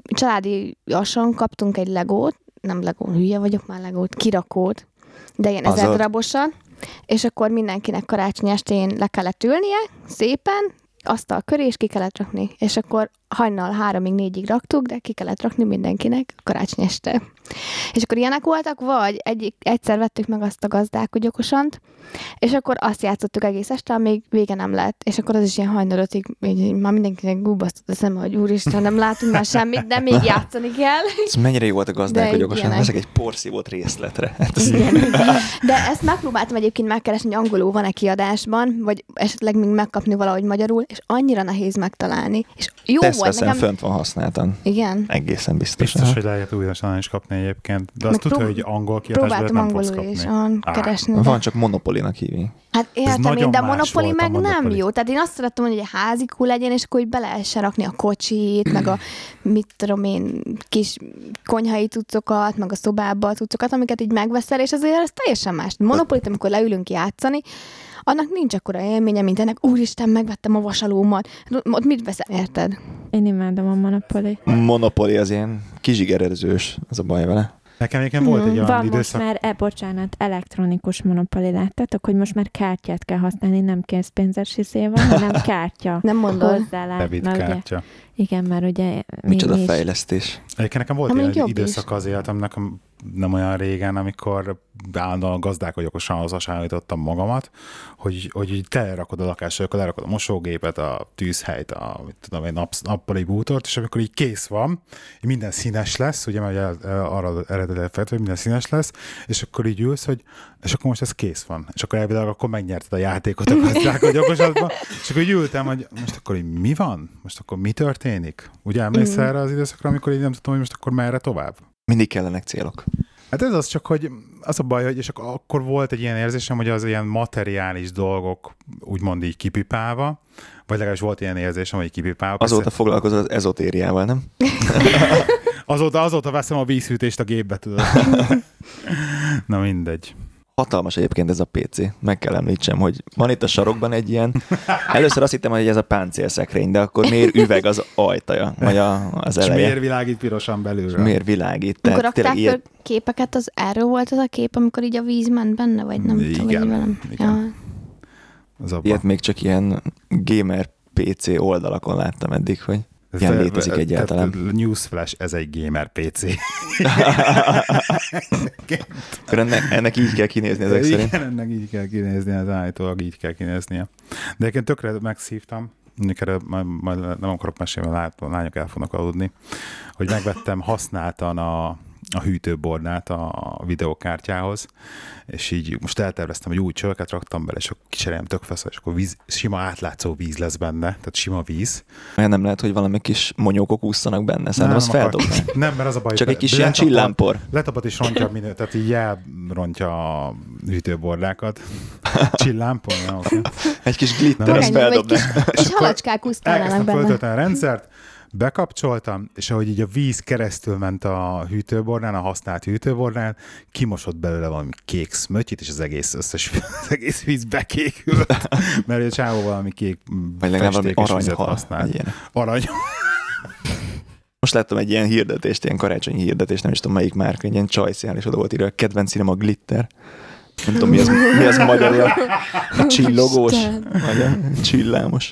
családiasan kaptunk egy legót, nem legó, hülye vagyok már legót, kirakót, de ilyen ezer Azaz. darabosan, és akkor mindenkinek karácsony estén le kellett ülnie, szépen, asztal köré, és ki kellett rakni. És akkor hajnal háromig, négyig raktuk, de ki kellett rakni mindenkinek karácsony este. És akkor ilyenek voltak, vagy egy, egyszer vettük meg azt a gazdálkodó okosant, és akkor azt játszottuk egész este, amíg vége nem lett. És akkor az is ilyen hajnal ötig, így, így már mindenkinek gúbasztott a szeme, hogy úristen, nem látunk már semmit, de még játszani kell. Ez mennyire jó volt a gazdák, De hogy okosan ilyenek. veszek egy porszívót részletre. Hát ez Igen. De ezt megpróbáltam egyébként megkeresni, hogy angolul van-e kiadásban, vagy esetleg még megkapni valahogy magyarul, és annyira nehéz megtalálni. És jó tesz volt veszem, nekem. fönt van használtan. Igen. Egészen biztos. Biztos, Aha. hogy lehet újra is kapni egyébként. De azt Meg tudja, prób- hogy angol kiadásban Próbáltam nem fogsz angolul kapni. is olyan Á, keresni. de- Van, csak Monopolinak hívják. Hát értem nagyon én, de a más Monopoly volt a meg nem Monopoly. jó. Tehát én azt szerettem volna, hogy egy házikú legyen, és akkor hogy be lehessen rakni a kocsit, meg a mit tudom én, kis konyhai cuccokat, meg a szobába a cuccokat, amiket így megveszel, és azért ez teljesen más. Monopolit, amikor leülünk játszani, annak nincs akkora élménye, mint ennek, úristen, megvettem a vasalómat. Ott mit veszel, érted? Én imádom a Monopoly. Monopoly az ilyen kizsigerezős, az a baj vele. Nekem egyébként volt egy Mhm. olyan Van most időszak. már, e, bocsánat, elektronikus Monopoly, láttátok, hogy most már kártyát kell használni, nem készpénzes izéval, hanem kártya. Nem mondod. Hozzá David mert ugye, kártya. igen, mert ugye mi, Micsoda mi is, fejlesztés. Egyébként nekem volt Ha még ilyen jobb időszak az életemnek, nem olyan régen, amikor állandóan gazdálkodjogosan hasonlítottam magamat, hogy, hogy így telerakod a lakásokkal, lerakod a mosógépet, a tűzhelyt, a mit tudom, egy nap, nappali bútort, és amikor így kész van, így minden színes lesz, ugye, mert el, el, arra eredetileg felt, hogy minden színes lesz, és akkor így ülsz, hogy és akkor most ez kész van. És akkor elvileg akkor megnyerted a játékot a gazdálkodjogosatban, és akkor így ültem, hogy most akkor így mi van? Most akkor mi történik? Ugye emlékszel Mm. erre az időszakra, amikor így nem tudtam, hogy most akkor merre tovább? Mindig kellenek célok. Hát ez az csak, hogy az a baj, hogy és ak- akkor volt egy ilyen érzésem, hogy az ilyen materiális dolgok úgymond így kipipálva, vagy legalábbis volt ilyen érzésem, hogy kipipálva. Azóta foglalkozol az ezotériával, nem? azóta, azóta veszem a vízhűtést a gépbe, tudod. Na mindegy. Hatalmas egyébként ez a pé cé. Meg kell említsem, hogy van itt a sarokban egy ilyen... Először azt hittem, hogy ez a páncélszekrény, de akkor miért üveg az ajtaja, vagy a, az eleje. És miért világít pirosan belülről? Miért világít? Amikor rakták föl ilyen... képeket, az erről volt az a kép, amikor így a víz ment benne, vagy nem igen, tudom, hogy velem. Igen. Ja. Ilyet még csak ilyen gamer pé cé oldalakon láttam eddig, hogy ilyen Te, létezik te, egyáltalán. Te, newsflash, ez egy gamer pé cé. ennek, ennek így kell kinézni ezek Igen, szerint. ennek így kell kinézni, az állítólag így kell kinéznie. De egyébként tökre megszívtam, erről majd, majd nem akarok mesélni, mert a lányok el fognak aludni, hogy megvettem használtan a, a hűtőbornát a videókártyához, és így most elterveztem, hogy új csölket raktam bele, és akkor kicserélem tök fesz, és akkor víz, sima átlátszó víz lesz benne, tehát sima víz. Mert nem lehet, hogy valami kis monyókok ússzanak benne, szerintem az feldobná. Nem, mert az a baj. Csak egy kis ilyen csillámpor. Letapad és rontja, minő, tehát így elrontja a hűtőbordákat. Csillámpor? Ja, okay. Egy kis glitter, az feldobná. És halacskák úszkálnának elkezdtem benne. föltölteni a rendszert, bekapcsoltam, és ahogy így a víz keresztül ment a hűtőbornán, a használt hűtőbornán, kimosott belőle valami kék szmötyit, és az egész, összes, az egész víz bekékült, mert a csávó valami kék festékes vizet használt. Arany. Most láttam egy ilyen hirdetést, ilyen karácsonyi hirdetést, nem is tudom melyik márka, egy ilyen csajszínál, és oda volt írva, a kedvenc színem a glitter. Nem tudom, mi az, mi az magyarul, a csillogós, vagy a csillámos.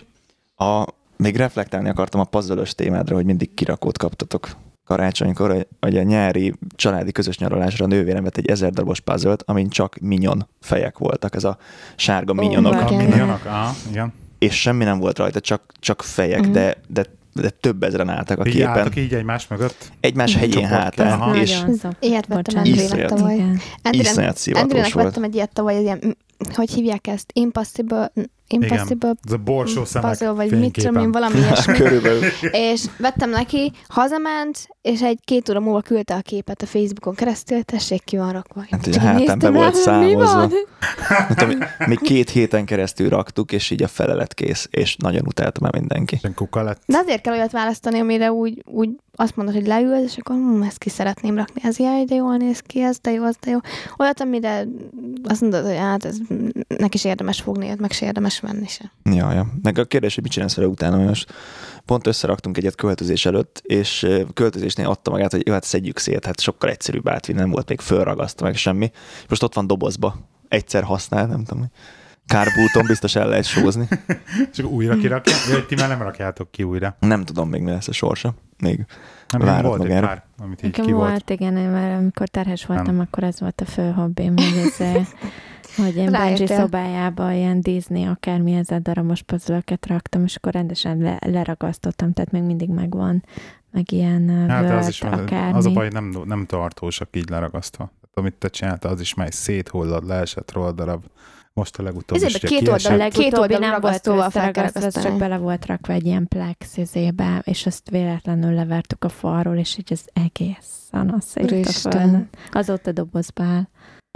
A Még reflektálni akartam a puzzle-ös témádra, hogy mindig kirakót kaptatok karácsonykor, hogy a nyári családi közös nyaralásra a nővérem vett egy ezer darabos puzzle-t, amin csak minyon fejek voltak, ez a sárga minyonok. Oh, a minyonok, aha, igen. És semmi nem volt rajta, csak, csak fejek, mm. de, de, de több ezren álltak a így képen. álltak így egymás mögött. Egymás hegyén hátán. És ilyet vettem Andrének tavaly. Iszonyat szivatos volt. Vettem egy ilyet tavaly, ilyen, hogy hívják ezt? Impossible... Impossible igen, ez a borsó szemek puzzle, vagy mit tudom én, valami ilyesmi. Körülbelül. És vettem neki, hazament, és egy két óra múlva küldte a képet a Facebookon keresztül, tessék, ki van rakva. Hát, hogy hátán be volt számozva. Hát, még két héten keresztül raktuk, és így a felelet kész, és nagyon utálta már mindenki. De azért kell olyat választani, amire úgy, úgy azt mondod, hogy leülsz, és akkor hm, ezt ki szeretném rakni. Ez jaj, de jól néz ki, ez de jó, az de jó. Olyat, amire azt mondod, hogy hát ez neki is érdemes fogni, meg se érdemes venni se. Ja, ja. Meg a kérdés, hogy mit csinálsz vele utána, mert most pont összeraktunk egyet költözés előtt, és költözésnél adta magát, hogy jó, hát szedjük szét, hát sokkal egyszerűbb átvinni, nem volt még fölragasztva, meg semmi. Most ott van dobozba, egyszer használ, nem tudom, hogy kárbúton biztos el lehet sózni. Csak újra kirakják? Vagy ti már nem rakjátok ki újra? Nem tudom még, mi lesz a sorsa. Még nem, várok volt magára. Pár, amit így Nekem ki volt. volt, igen, mert amikor terhes voltam, nem. akkor ez volt a fő hobbim, hogy, ez, hogy én Benji szobájába ilyen Disney akármi ezer darabos puzzle-öket raktam, és akkor rendesen le, leragasztottam, tehát még mindig megvan, meg ilyen hát Word, az is, akármi. az a baj, nem, nem tartósak így leragasztva. Tehát, amit te csináltál, az is már széthullad, leesett róla darab. Most a legutóbb is ugye két oldal, a két oldal nem volt összeragasztva, csak bele volt rakva egy ilyen plex izébe, és azt véletlenül levertük a falról, és így az egész szanaszét a földön. Azóta dobozba áll.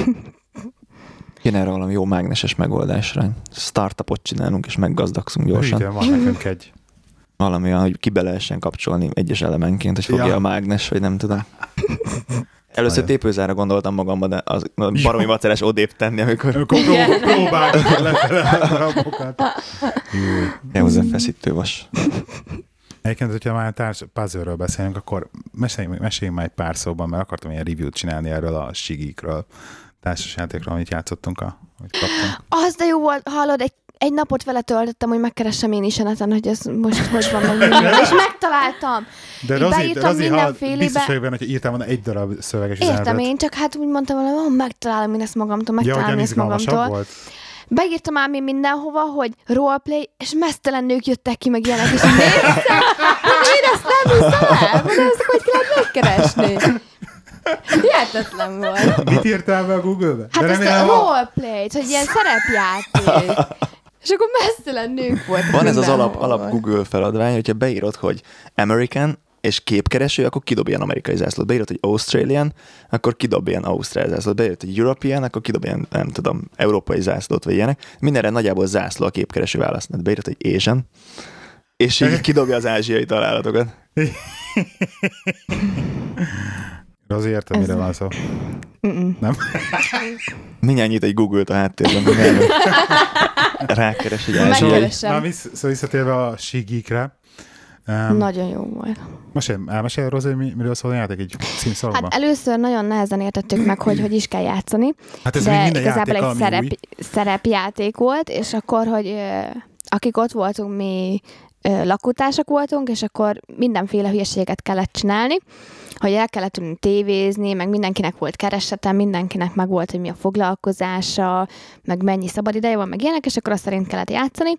Én erre valami jó mágneses megoldásra. Startupot csinálunk, és meggazdagszunk gyorsan. Hűtően van nekünk egy. Valami olyan, hogy ki be lehessen kapcsolni egyes elemenként, hogy fogja ja. a mágnes, vagy nem tudom. Először tépőzára gondoltam magamban, de az baromi maceres odébb tenni, amikor... Amikor próbáljuk lefele a darabokat. Ja, hozzá feszítő vas. Egyébként, hogyha már társ puzzle-ről beszélünk, akkor meséljünk, meséljünk már egy pár szóban, mert akartam ilyen review-t csinálni erről a Sigikről, társasjátékról, amit játszottunk, a, amit kaptunk. Az de jó volt, hallod, egy, egy napot vele töltöttem, hogy megkeressem én is a neten, hogy ez most hogy van, meg minden. És megtaláltam. De Rozi, de Rozi ha biztos vagyok benne, hogy írtam volna egy darab szöveges üzenetet. Értem én, csak hát úgy mondtam volna, hogy megtalálom én ezt magamtól, megtalálom ja, ezt magamtól. Volt? Beírtam ám én mindenhova, hogy roleplay, és mesztelen nők jöttek ki, meg ilyenek, és néztem, hogy én ezt nem hiszem, hogy ezt hogy kell megkeresni. Hihetetlen volt. Mit írtál be a Google-be? Hát ezt a roleplayt, hogy ilyen szerepjáték. És akkor mesztelen nők voltak. Van ez az alap, alap Google feladvány, hogyha beírod, hogy American, és képkereső, akkor kidob ilyen amerikai zászlót. Beírod, hogy Australian, akkor kidob ilyen ausztrál zászlót. Beírod, hogy European, akkor kidob ilyen, nem tudom, európai zászlót, vagy ilyenek. Mindenre nagyjából zászló a képkereső választnod. Beírod, hogy Asian, és így kidobja az ázsiai találatokat. Rozi, érted, mire van szó? Mm-mm. Nem? Mindjárt nyit egy Google-t a háttérben, mindjárt rákeres egy első. Megkeresem. Na, vissz, szóval visszatérve a Sigikre. Um, Nagyon jó volt. Most én elmesélj, Rozi, hogy miről szól a játék egy címszalagban? Hát először nagyon nehezen értettük meg, hogy hogy is kell játszani. Hát ez de minden igazából játék, egy ami szerep, új. szerepjáték volt, és akkor, hogy ö, akik ott voltunk, mi ö, lakótársak voltunk, és akkor mindenféle hülyeséget kellett csinálni, hogy el kellett ülni tévézni, meg mindenkinek volt keresete, mindenkinek meg volt, hogy mi a foglalkozása, meg mennyi szabadideje van, meg ilyenek, és akkor azt szerint kellett játszani.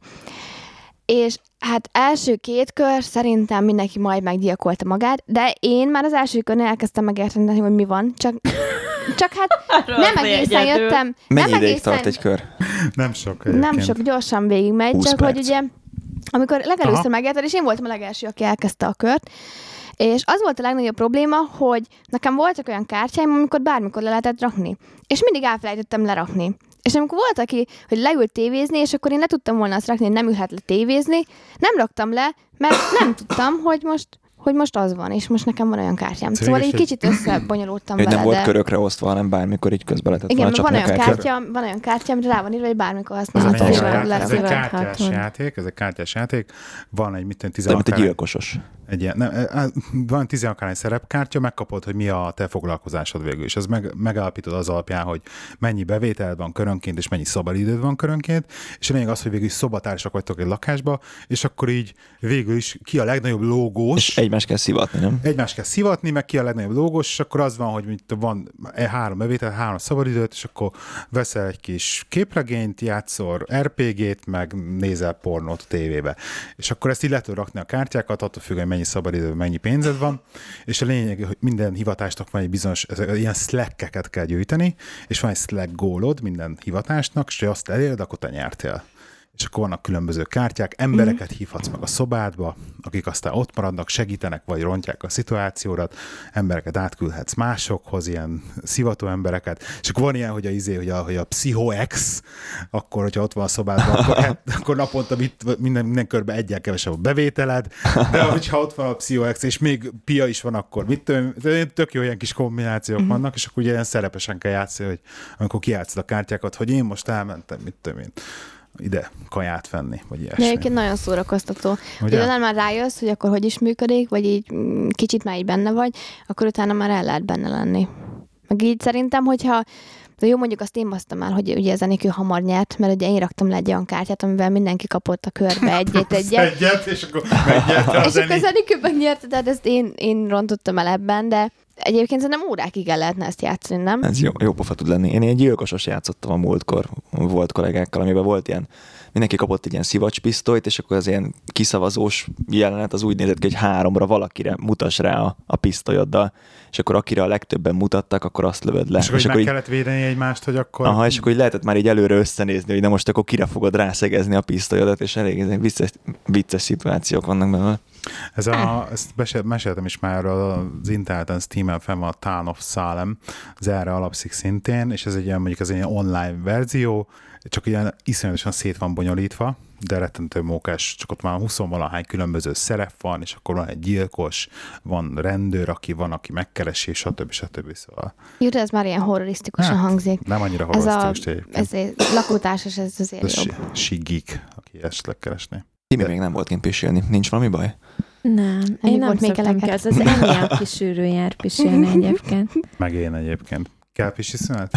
És hát első két kör szerintem mindenki majd meggyilkolta magát, de én már az első körnél elkezdtem megérteni, hogy mi van, csak, csak hát nem egészen jöttem. Mennyi nem ideig egészen, tart egy kör? Nem sok egyébként. Nem sok, gyorsan végigmegy, húsz csak perc. hogy ugye, amikor legelőször Aha. megérted, és én voltam a legelső, aki elkezdte a kört, és az volt a legnagyobb probléma, hogy nekem voltak olyan kártyáim, amikor bármikor le lehetett rakni. És mindig elfelejtettem lerakni. És amikor volt, aki, hogy leült tévézni, és akkor én le tudtam volna azt rakni, hogy nem ülhet le tévézni, nem raktam le, mert nem tudtam, hogy most, hogy most az van, és most nekem van olyan kártyám. Céges, Szóval egy hogy- kicsit összebonyolultam Hogy vele, nem volt de... körökre osztva, hanem bármikor így közbe lehetett Igen, volna mert van csapni a olyan, kártyát. kártya, van olyan kártya, amire rá van írva, hogy bármikor Ez, a használható, lényeg, és hogy akkor ez egy lerakod. kártyás Szívadhatod. játék, ez egy kártyás játék. Van egy, mit tudom, De mint egy tizenakár, gyilkosos. egy ilyen, nem, eh, van tizenakár szerepkártya, megkapod, hogy mi a te foglalkozásod végül, és az meg, megállapítod az alapján, hogy mennyi bevételed van körönként, és mennyi szabadidőd van körönként, és a lényeg az, hogy végül is szobatársak vagytok egy lakásba, és akkor így végül is ki a legnagyobb lógós, És egymást kell szivatni, nem? egymást kell szivatni, meg ki a legnagyobb lógós, és akkor az van, hogy mint van három bevétel, három szabadidőt, és akkor veszel egy kis képregényt, játszol er pé gét, meg nézel pornót a tévébe. És akkor ezt így le tudod rakni a kártyákat, attól függ, hogy mennyi szabadidő, mennyi pénzed van, és a lényeg, hogy minden hivatásnak van egy bizonyos, ezek, ilyen slackeket kell gyűjteni, és van egy slack gólod minden hivatásnak, és ha azt eléred, akkor te nyertél. És akkor vannak különböző kártyák, embereket hívhatsz meg a szobádba, akik aztán ott maradnak, segítenek, vagy rontják a szituációdat, embereket átküldhetsz másokhoz, ilyen szivató embereket, és akkor van ilyen, hogy a, izé, hogy a, hogy a pszichoex, akkor, hogyha ott van a szobádban, akkor, hát, akkor naponta mit, minden, minden körben egyen kevesebb a bevételed, de hogyha ott van a pszichoex, és még pia is van, akkor mit tudom, tök jó ilyen kis kombinációk vannak, és akkor ugye ilyen szerepesen kell játszani, hogy amikor kijátszod a kártyákat, hogy én most elmentem, mit tudom én, ide kaját venni, vagy De ilyesmi. egyébként nagyon szórakoztató. Ugye? Ugye már rájössz, hogy akkor hogy is működik, vagy így mm, kicsit már így benne vagy, akkor utána már el lehet benne lenni. Meg így szerintem, hogyha de jó, mondjuk azt én basztam el, hogy ugye Enikő hamar nyert, mert ugye én raktam le egy olyan kártyát, amivel mindenki kapott a körbe egyet-egyet. Egyet, és akkor megnyerte És az akkor Eni. Enikő megnyerte, tehát ezt én, én rontottam el ebben, de egyébként szerintem órákig el lehetne ezt játszani, nem? Ez jó, jó pofa tud lenni. Én ilyen gyilkosos játszottam a múltkor, volt kollégákkal, amiben volt ilyen, mindenki kapott egy ilyen szivacspisztolyt, és akkor az ilyen kiszavazós jelenet az úgy nézett ki, hogy háromra valakire mutass rá a, a pisztolyoddal, és akkor akire a legtöbben mutattak, akkor azt lövöd le. És akkor, és akkor így, meg kellett védeni egymást, hogy akkor... aha, és akkor így lehetett már így előre összenézni, hogy na most akkor kire fogod rászegezni a pisztolyodat, és elég ezek vicces, vicces szituációk vannak belőle. Ez a, ezt besél, meséltem is már az interneten, Steam-en fenn van a Town of Salem, az erre alapszik szintén, és ez egy ilyen, mondjuk az egy ilyen online verzió, csak ilyen iszonyatosan szét van bonyolítva, de rettentő mókás, csak ott már húsz-valahány különböző szerep van, és akkor van egy gyilkos, van rendőr, aki van, aki megkeresi, stb. stb. Szóval Jó, de ez már ilyen horrorisztikusan Hát, hangzik. nem annyira Ez a horrorisztikus egyébként. ez egy lakótársas, ez Ez azért jobb. si- Sigik, aki esetleg keresné. Timi még nem volt kint pisilni. Nincs valami baj? Nem, Ennyi én nem volt még szoktam ki. eleket. Az az ennyi, aki sűrűn jár pisilni egyébként. Meg én egyébként. Kell pisi szünet?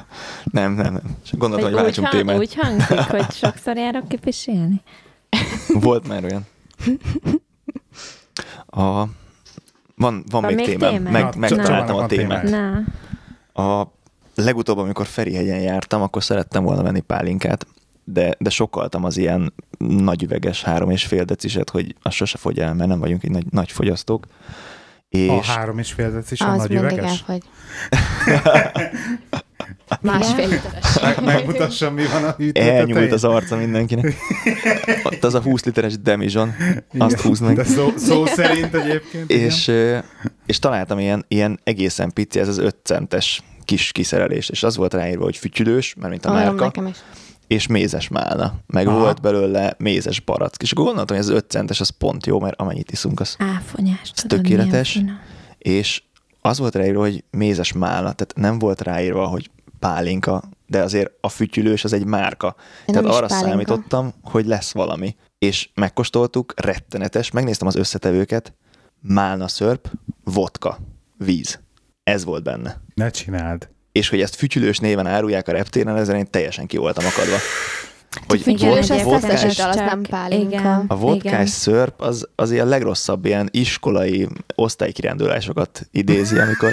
Nem, nem, nem. Csak gondoltam, Vagy hogy úgy, váltsunk hang, témát. úgy hangzik, hogy sokszor járok ki pisilni. Volt már olyan. A... Van, van, van még, még témám. témánk? Meg, Na, megtaláltam Csabának a van témát. témája. Na, A legutóbb, amikor Ferihegyen jártam, akkor szerettem volna venni pálinkát, de, de sokkaltam az ilyen nagy üveges három és fél deciset, hogy az sose fogy el, mert nem vagyunk egy nagy, nagy fogyasztók. És A három és fél decis, a Az nagy mindig üveges? elfogy. Másfél literes. Meg, megmutassam, mi van a hűtő elnyúlt tetején. az arca mindenkinek. Ott az a húsz literes Demizson, azt Igen, húz meg. De szó, szó szerint egyébként. És, ö, és találtam ilyen, ilyen egészen pici, ez az öt centes kis kiszerelés, és az volt ráírva, hogy fütyülős, mert mint a Olyan márka, nekem is. és mézes málna. Meg Aha. volt belőle mézes barack. És akkor gondoltam, hogy ez öt centes, az pont jó, mert amennyit iszunk, az áfonyás. Ez tudod, tökéletes. milyen finom. és az volt ráírva, hogy mézes málna, tehát nem volt ráírva, hogy pálinka, de azért a fütyülős az egy márka. Én tehát arra pálinka. számítottam, hogy lesz valami. És megkóstoltuk, rettenetes, megnéztem az összetevőket, málna szörp, vodka, víz. Ez volt benne. Ne csináld. És hogy ezt fütyülős néven árulják a reptéren, ezzel én teljesen ki voltam akadva. Hogy Fütyülős, vod- az vodkás, feszesítő, az nem pálinka. Igen. a vodkás Igen. szörp az, az ilyen legrosszabb ilyen iskolai osztálykirándulásokat idézi, amikor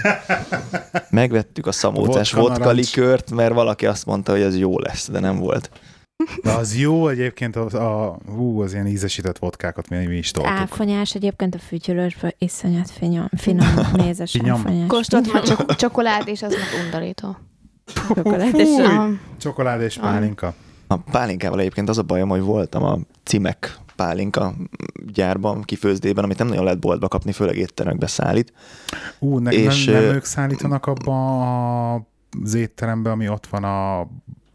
megvettük a szamócás Vodka vodka narancs. likört, mert valaki azt mondta, hogy ez jó lesz, de nem volt. De az jó egyébként, az, a, hú, az ilyen ízesített vodkákat mi, mi is toltuk. Áfonyás egyébként a fütyülősből iszonyat finom, finom mézes Finom. áfonyás. Kóstolt már csak csokolád, és az meg undorító. Csokoládés. Fúj! Aha. Csokolád és pálinka. A pálinkával egyébként az a bajom, hogy voltam a Cimek pálinka gyárban, kifőzdében, amit nem nagyon lehet boltba kapni, főleg éttermekbe szállít. Ú, ne, És, nem, nem ö, ők szállítanak abba az étterembe, ami ott van a...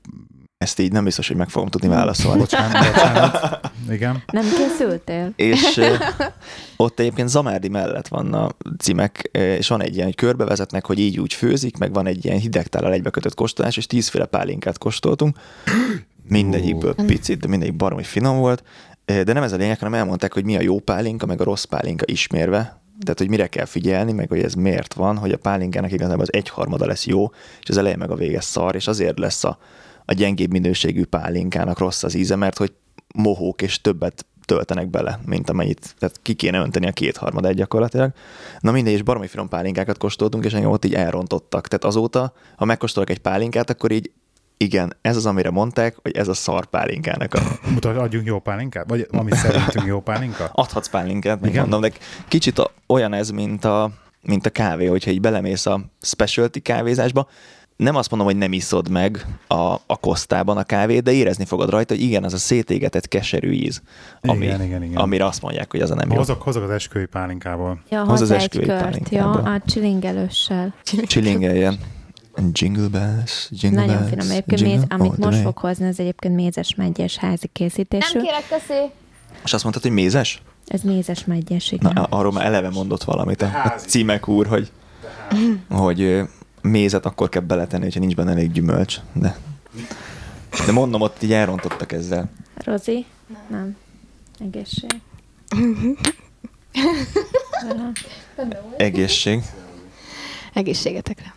Ezt így nem biztos, hogy meg fogom tudni válaszolni. Bocsánat, bocsánat. Igen. Nem készültél? És ö, ott egyébként Zamárdi mellett van a Cimek, ö, és van egy ilyen, hogy körbevezetnek, hogy így úgy főzik, meg van egy ilyen hidegtállal egybekötött kóstolás, és tízféle pálinkát kóstoltunk. Mindegyikből picit, de mindegyik baromi finom volt. Ö, De nem ez a lényeg, hanem elmondták, hogy mi a jó pálinka, meg a rossz pálinka ismérve. Tehát, hogy mire kell figyelni, meg hogy ez miért van, hogy a pálinkának igazából az egyharmada lesz jó, és az eleje meg a vége szar, és azért lesz a a gyengébb minőségű pálinkának rossz az íze, mert hogy mohók és többet töltenek bele, mint amennyit, tehát ki kéne önteni a kétharmadát gyakorlatilag. Na mindegy, és baromi finom pálinkákat kóstoltunk, és engem ott így elrontottak. Tehát azóta, ha megkóstolok egy pálinkát, akkor így igen, ez az, amire mondták, hogy ez a szar pálinkának a... Mutat, adjunk jó pálinkát? Vagy ami szerintünk jó pálinka? Adhatsz pálinkát, meg Igen? mondom, de kicsit a, olyan ez, mint a, mint a kávé, hogyha így belemész a specialty kávézásba, nem azt mondom, hogy nem iszod meg a, a kosztában a kávét, de érezni fogod rajta, hogy igen, az a szétégetett keserű íz, ami, Igen, igen, igen. amire azt mondják, hogy az a nem jó. Hozok, hozok az esküvői pálinkából. Ja, Hoz az hozzá egy esküvői kört, pálinkából. ja, a csilingelőssel. Csilingeljen. Jingle bells, jingle Nagyon bells, finom. Egyébként jingle méz, all amit the most way. fog hozni, ez egyébként mézes meggyes házi készítésű. Nem kérek, köszi. És azt mondtad, hogy mézes? Ez mézes meggyes, Na, igen. arról már eleve mondott valamit a, a Cimek úr, hogy, hogy ö, mézet akkor kell beletenni, hogyha nincs benne elég gyümölcs. De, de mondom, ott így elrontottak ezzel. Rozi? Nem. Egészség. Egészség. Egészségetekre.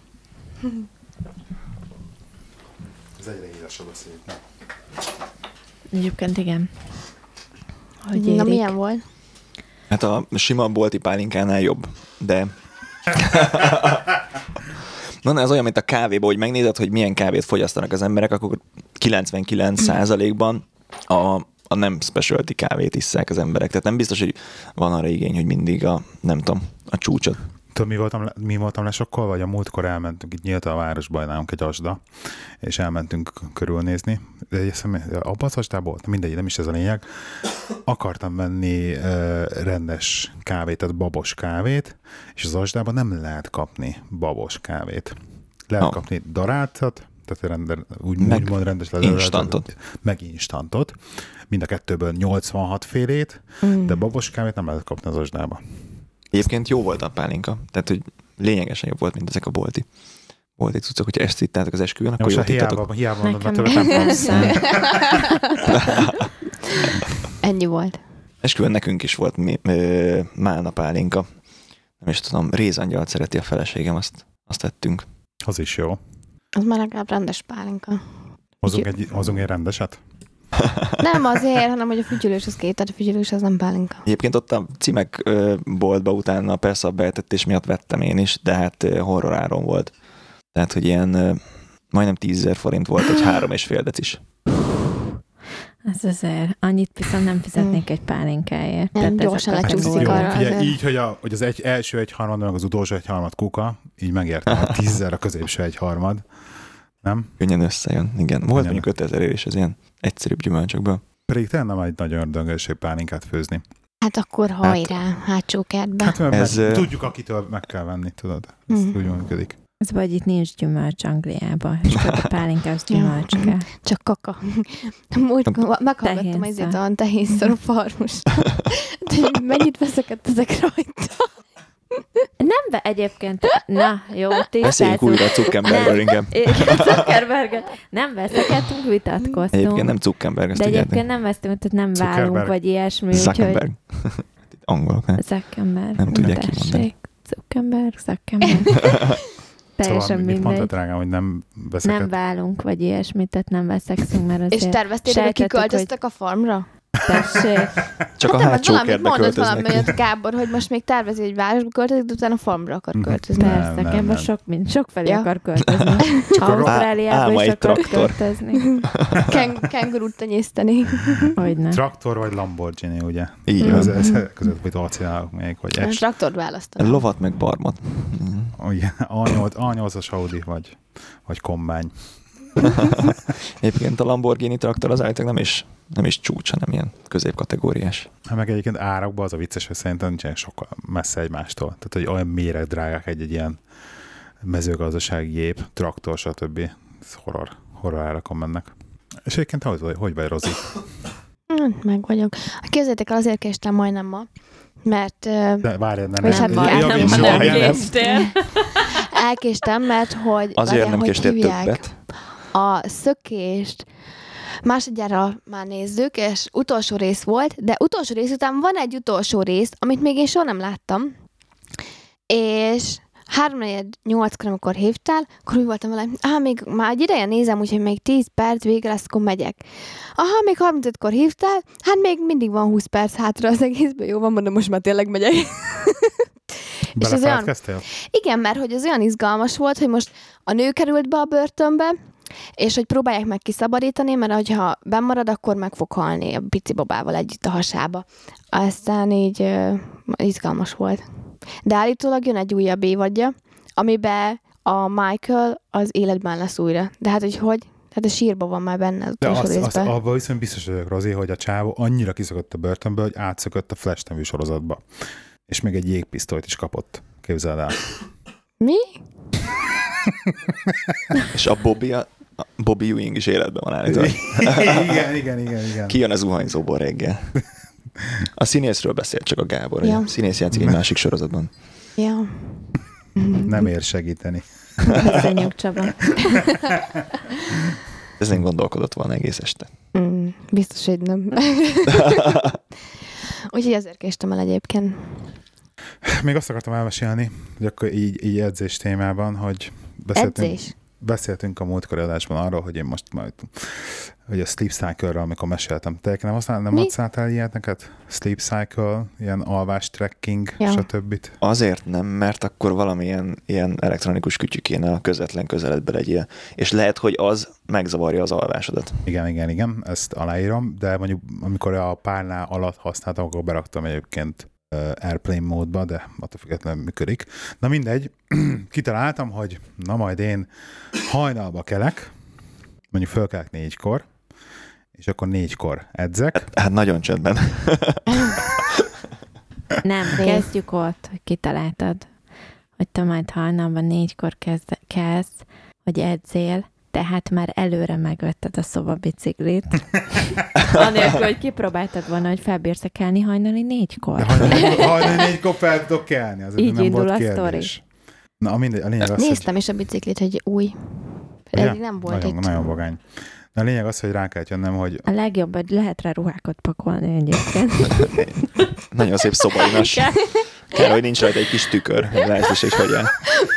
Ez egyre ízasabb a szép. Egyébként igen. Hogy Na, érik. milyen volt? Hát a sima bolti pálinkánál jobb, de... Na, na, ez olyan, mint a kávéból, hogy megnézed, hogy milyen kávét fogyasztanak az emberek, akkor kilencvenkilenc százalékban a, a nem specialty kávét isszák az emberek. Tehát nem biztos, hogy van arra igény, hogy mindig a, nem tudom, a csúcsot. Tudod, mi voltam, mi voltam lesokkal, vagy a múltkor elmentünk, itt nyílt a városban nálunk egy asda, és elmentünk körülnézni. De egyébként abban az asdában volt, mindegy, nem is ez a lényeg. Akartam venni uh, rendes kávét, tehát babos kávét, és az asdában nem lehet kapni babos kávét. Lehet Oh. kapni daráltat, tehát rende, úgy, Meg úgymond rendes instantot. Meg instantot. Mind a kettőből nyolcvanhat félét, mm. de babos kávét nem lehet kapni az asdába. Egyébként jó volt a pálinka, tehát hogy lényegesen jobb volt, mint ezek a bolti. Bolti cuccok, hogyha ezt ittátok az esküvőn, akkor Most jót hiába, ittatok. hiába mondod, mert Nekem tőle nem kapsz. Ennyi volt. Esküvőn nekünk is volt mi, ö, málna pálinka. Nem is tudom, rézangyalt szereti a feleségem, azt, azt tettünk. Az is jó. Az már legalább rendes pálinka. Hozunk egy, hozunk egy rendeset? Nem azért, hanem hogy a fügyülős az két, tehát a fügyülős az nem pálinka. Egyébként ott a Cimek ö, boltba utána persze a beetetés miatt vettem én is, de hát ö, horroráron volt. Tehát, hogy ilyen ö, majdnem tízezer forint volt egy három és fél decis. Ez azért. Annyit viszont nem fizetnék egy pálinkáért. Nem, Tehát gyorsan ezek a lecsúszik Jó, kategóriák. arra. figyelj, azért. így, hogy, a, hogy az egy, első egy harmad, meg az utolsó egy harmad kuka, így megértem, a tízezer a középső egy harmad. Nem? Könnyen összejön, igen. Volt Könnyen. mondjuk ötezer is az ilyen egyszerűbb gyümölcsökből. Pedig te nem egy nagyon ördöngőség pálinkát főzni. Hát akkor hajrá, hátsó kertbe. Hát mert Ez, meg, ö- tudjuk, akitől meg kell venni, tudod? Ez Mhm. úgy működik. Ez vagy itt nincs gyümölcs Angliában, és akkor a pálinkához gyümölcs kell. Csak kaka. Múlt, meghallgattam Tehénszal. ezért a tehénszor a farmos. De mennyit veszekedtetek rajta? Nem, be, egyébként, na, jó, Beszéljünk újra Zuckerbergről inkább. Zuckerberget. Nem veszekedtünk, vitatkoztunk. Egyébként nem Zuckerberg, ezt De tudjátok. egyébként nem vesztünk, tehát nem válunk, vagy ilyesmi. Zuckerberg. Angolok, nem? Zuckerberg. Nem tudják kimondani. Zuckerberg, Zuckerberg. Teljesen szóval mindegy. mit mondtad, drágám, hogy nem veszeket? Nem válunk, vagy ilyesmit, tehát nem veszekszünk, mert azért És terveztétek, hogy sejtettük, kiköltöztek a farmra? Tessék. Csak a Hát nem, hátsó valamit kertbe mondott költöznek. valamelyet Gábor, hogy most még tervezi, hogy városba költözik, de utána farmra akar költözni. Nem, Persze, nem, ebben nem. sok, mind, sok felé Ja. akar költözni. Ausztráliába Álma is egy akar traktor. költözni. Ken- kengurút tenyészteni. Hogyne. Traktor vagy Lamborghini, ugye? Így Ez, van. ez, ez között mit alcinálok még, vagy A es. traktort választanak. Lovat meg barmot. Ugye, á nyolc, á nyolcas Audi, vagy, vagy kombány. Egyébként a Lamborghini traktor az állítólag nem is, nem is csúcs, hanem ilyen középkategóriás. Hát meg egyébként árakban az a vicces, hogy szerintem nincsenek sokkal messze egymástól. Tehát, hogy olyan méreg drágák egy-egy ilyen mezőgazdasági gép, traktor, stb. Ez horror, horror árakon mennek. És egyébként hogy, hogy vagy, Rozi? Hát, meg vagyok. Képzeljétek el, azért késtem majdnem ma, mert uh, De várjál, nem, Vagy hát nem, nem, jobb nem, és nem, jó, nem nem. késtél. elkéstem, mert hogy... Azért várjál, nem hogy késtél hívják? többet. A szökést másodjára már nézzük, és utolsó rész volt, de utolsó rész után van egy utolsó rész, amit még én soha nem láttam, és háromnegyed nyolckor, amikor hívtál, akkor úgy voltam vele, ah, még már egy ideje nézem, úgyhogy még tíz perc, vége lesz, akkor megyek. Aha, még harmincötkor hívtál, hát még mindig van húsz perc hátra az egészből, jó van, mondom, most már tényleg megyek. És az olyan, Belefeledkeztél? igen, mert hogy az olyan izgalmas volt, hogy most a nő került be a börtönbe, és hogy próbálják meg kiszabadítani, mert ha bemarad, akkor meg fog halni a pici babával együtt a hasába. Aztán így uh, izgalmas volt. De állítólag jön egy újabb évadja, amiben a Michael az életben lesz újra. De hát, hogy hogy? Hát a sírban van már benne az De utolsó azt, azt, részben. abban viszont biztos vagyok, Rozi, hogy a csávó annyira kiszökött a börtönből, hogy átszökött a Flash nevű sorozatba. És még egy jégpisztolyt is kapott. Képzeld el. Mi? És a Bobby, a a Bobby Ewing is életben van állítólag. igen, igen, igen, igen. Kijön az zuhanyzóból reggel. A színészről beszélt csak a Gábor. Ja. Ja. Színész játszik egy másik sorozatban. Ja. Nem ér segíteni. Köszönjük, Csaba. Ezen gondolkodott volna egész este. Mm, biztos, hogy nem. Úgyhogy ezért késtem el egyébként. Még azt akartam elmesélni, hogy akkor így, így edzés témában, hogy beszéltünk, Edzés? beszéltünk a múltkori adásban arról, hogy én most majd, hogy a Sleep Cycle-ről, amikor meséltem. Te nem, használ, nem használtál ilyet neked? Sleep Cycle, ilyen alvás tracking, Ja. stb. Azért nem, mert akkor valamilyen ilyen elektronikus kütyű kéne a közvetlen közeledbe legyél. És lehet, hogy az megzavarja az alvásodat. Igen, igen, igen, ezt aláírom, de mondjuk amikor a párnál alatt használtam, akkor beraktam egyébként uh, Airplane módba, de attól függetlenül működik. Na mindegy, kitaláltam, hogy na majd én hajnalba kelek, mondjuk fölkelek négykor, és akkor négykor edzek. Hát nagyon csendben. Nem, kezdjük ott, hogy kitaláltad, hogy te majd hajnalban négykor kezd, kezd, hogy edzél, tehát már előre megvetted a szobabiciklit. Anélkül, hogy kipróbáltad volna, hogy felbírsz-e kelni hajnali négykor. De hajnali, hajnali négykor fel tudok kelni, az Így nem indul volt a kérdés. sztori. Na mindegy, a lényeg az, Néztem hogy... is a biciklit, hogy új. Ugye? Eddig nem volt nagyon, itt. nagyon vagány. Na a lényeg az, hogy rá kell jönnöm, hogy A legjobb, hogy lehet rá ruhákat pakolni egyébként. Nagyon szép szobainas. Kár, hogy nincs rajta egy kis tükör, hogy lásd is, hogy hogy áll.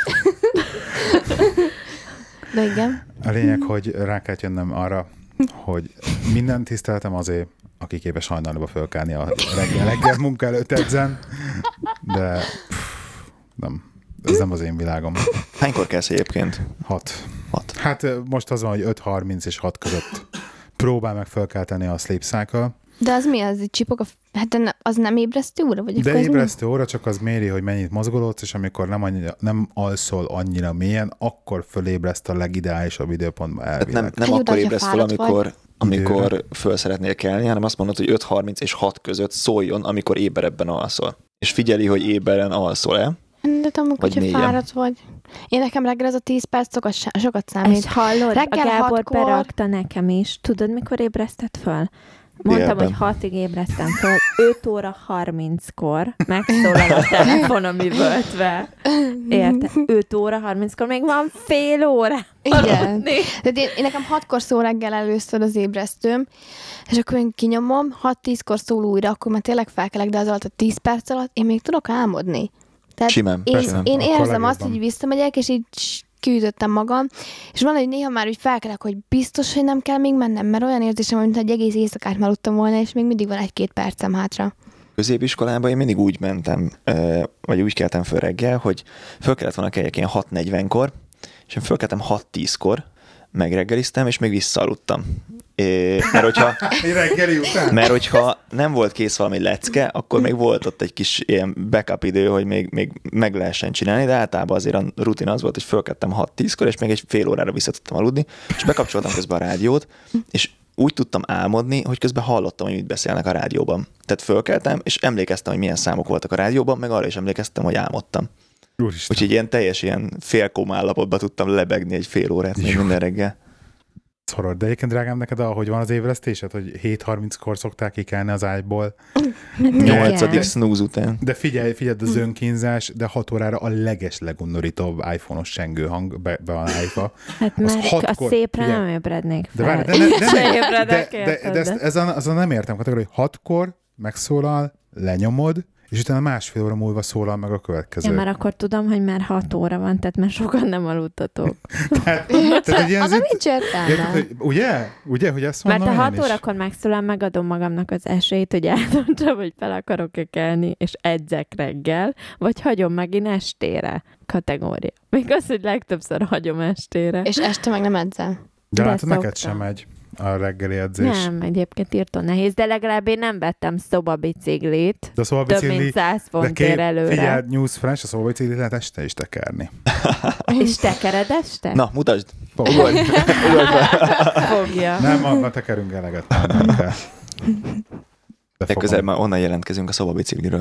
De igen. a lényeg, hogy rá kell jönnöm arra, hogy minden tiszteletem azért, aki képes hajnalba fölkelni a reggel, reggel munka előtt edzen, de pff, nem, ez nem az én világom. Hánykor kelsz egyébként? Hat. Hat. Hát most az van, hogy öt harminc és hat között próbál meg fölkelteni a Sleep Cycle, De az mi? Az így csipog a... Hát de ne- az nem ébresztő óra? Vagy de akkor az mi? ébresztő óra csak az méri, hogy mennyit mozgolódsz, és amikor nem, annyira, nem alszol annyira mélyen, akkor fölébreszt a legideálisabb időpontban Tehát elvileg. nem, nem Hát akkor jó, de ébresz hogyha fel, fáradt amikor, amikor Időre. föl szeretnél kelni, hanem azt mondod, hogy öt harminc és hat között szóljon, amikor éberebben alszol. És figyeli, hogy éberen alszol-e. De tudom, Vagy hogyha négyen. fáradt vagy. Én nekem reggel ez a tíz perc sokat, sokat számít. Ezt hallod? Reggel A Gábor hatkor- berakta nekem is. Tudod, mikor ébresztett föl? Mondtam, délben. hogy hatig ébresztem föl, öt óra harminckor megszólal a telefonom üvöltve. Érted? öt óra harminckor, még van fél óra. Igen. De én, én nekem hatkor szól reggel először az ébresztőm, és akkor én kinyomom, hat-tízkor szól újra, akkor már tényleg felkelek, de az alatt a tíz perc alatt én még tudok álmodni. Tehát Simán, én, simán. én Akkor érzem azt, legjobban. hogy visszamegyek, és így kiütöttem magam, és van, hogy néha már úgy felkelek, hogy biztos, hogy nem kell még mennem, mert olyan érzésem, mint egy egész éjszakát már aludtam volna, és még mindig van egy-két percem hátra. Középiskolában én mindig úgy mentem, vagy úgy keltem föl reggel, hogy föl kellett volna kelljek ilyen hat negyvenkor, és én fölkeltem hat tízkor, megreggeliztem, és még visszaaludtam. É, mert, hogyha, reggeli után? mert hogyha nem volt kész valami lecke, akkor még volt ott egy kis ilyen backup idő, hogy még, még meg lehessen csinálni, de általában azért a rutin az volt, hogy fölkeltem hat tízkor, és még egy fél órára vissza tudtam aludni, és bekapcsoltam közben a rádiót, és úgy tudtam álmodni, hogy közben hallottam, hogy mit beszélnek a rádióban. Tehát fölkeltem, és emlékeztem, hogy milyen számok voltak a rádióban, meg arra is emlékeztem, hogy álmodtam. Úristen. Úgyhogy ilyen teljes ilyen félkóma állapotba tudtam lebegni egy fél órát még Jó. minden reggel. Szorod. De egyébként, drágám, neked ahogy van az ébresztésed, hogy hét harminckor szokták kikelni az ágyból. Nyolcadik snooze után. De figyelj, figyeld, az önkínzás, de hat órára a leges legundorítóbb iPhone-os sengőhang be, be van állítva. Hát Az már a hatkor- szépre figyelj. nem ébrednék De fel. várj, de, ne, de, Se de, de, ébredek, de, érted, de ezt, ezen, azon nem értem kategória, hogy hatkor megszólal, lenyomod, és utána másfél óra múlva szólal meg a következő. Ja, már akkor tudom, hogy már hat óra van, tehát már sokan nem aludtatok. tehát, tehát egy ilyen Azon zit- nincs értelme. érted, hogy, ugye? Ugye, hogy ezt Mert mondom ha én hat is? órakor megszólal, megadom magamnak az esélyt, hogy eldöntsem, hogy fel akarok-e kelni, és edzek reggel, vagy hagyom megint estére kategória. Még az, hogy legtöbbször hagyom estére. És este meg nem edzem. De De látod, neked szoktam. sem megy a reggeli edzés. Nem, egyébként írtó nehéz, de legalább én nem vettem szobabiciklit. De szóval Több bicikli, mint száz de fontért kép, előre. figyeld, newsflash, a szóval biciklit lehet este is tekerni. És tekered este? Na, mutasd! Fogod. Ugorj! Ugorj fel! Fogja. Nem, ma, ma tekerünk eleget, nem, nem kell. De, Legközelebb fogom. már onnan jelentkezünk a szobabicikliről.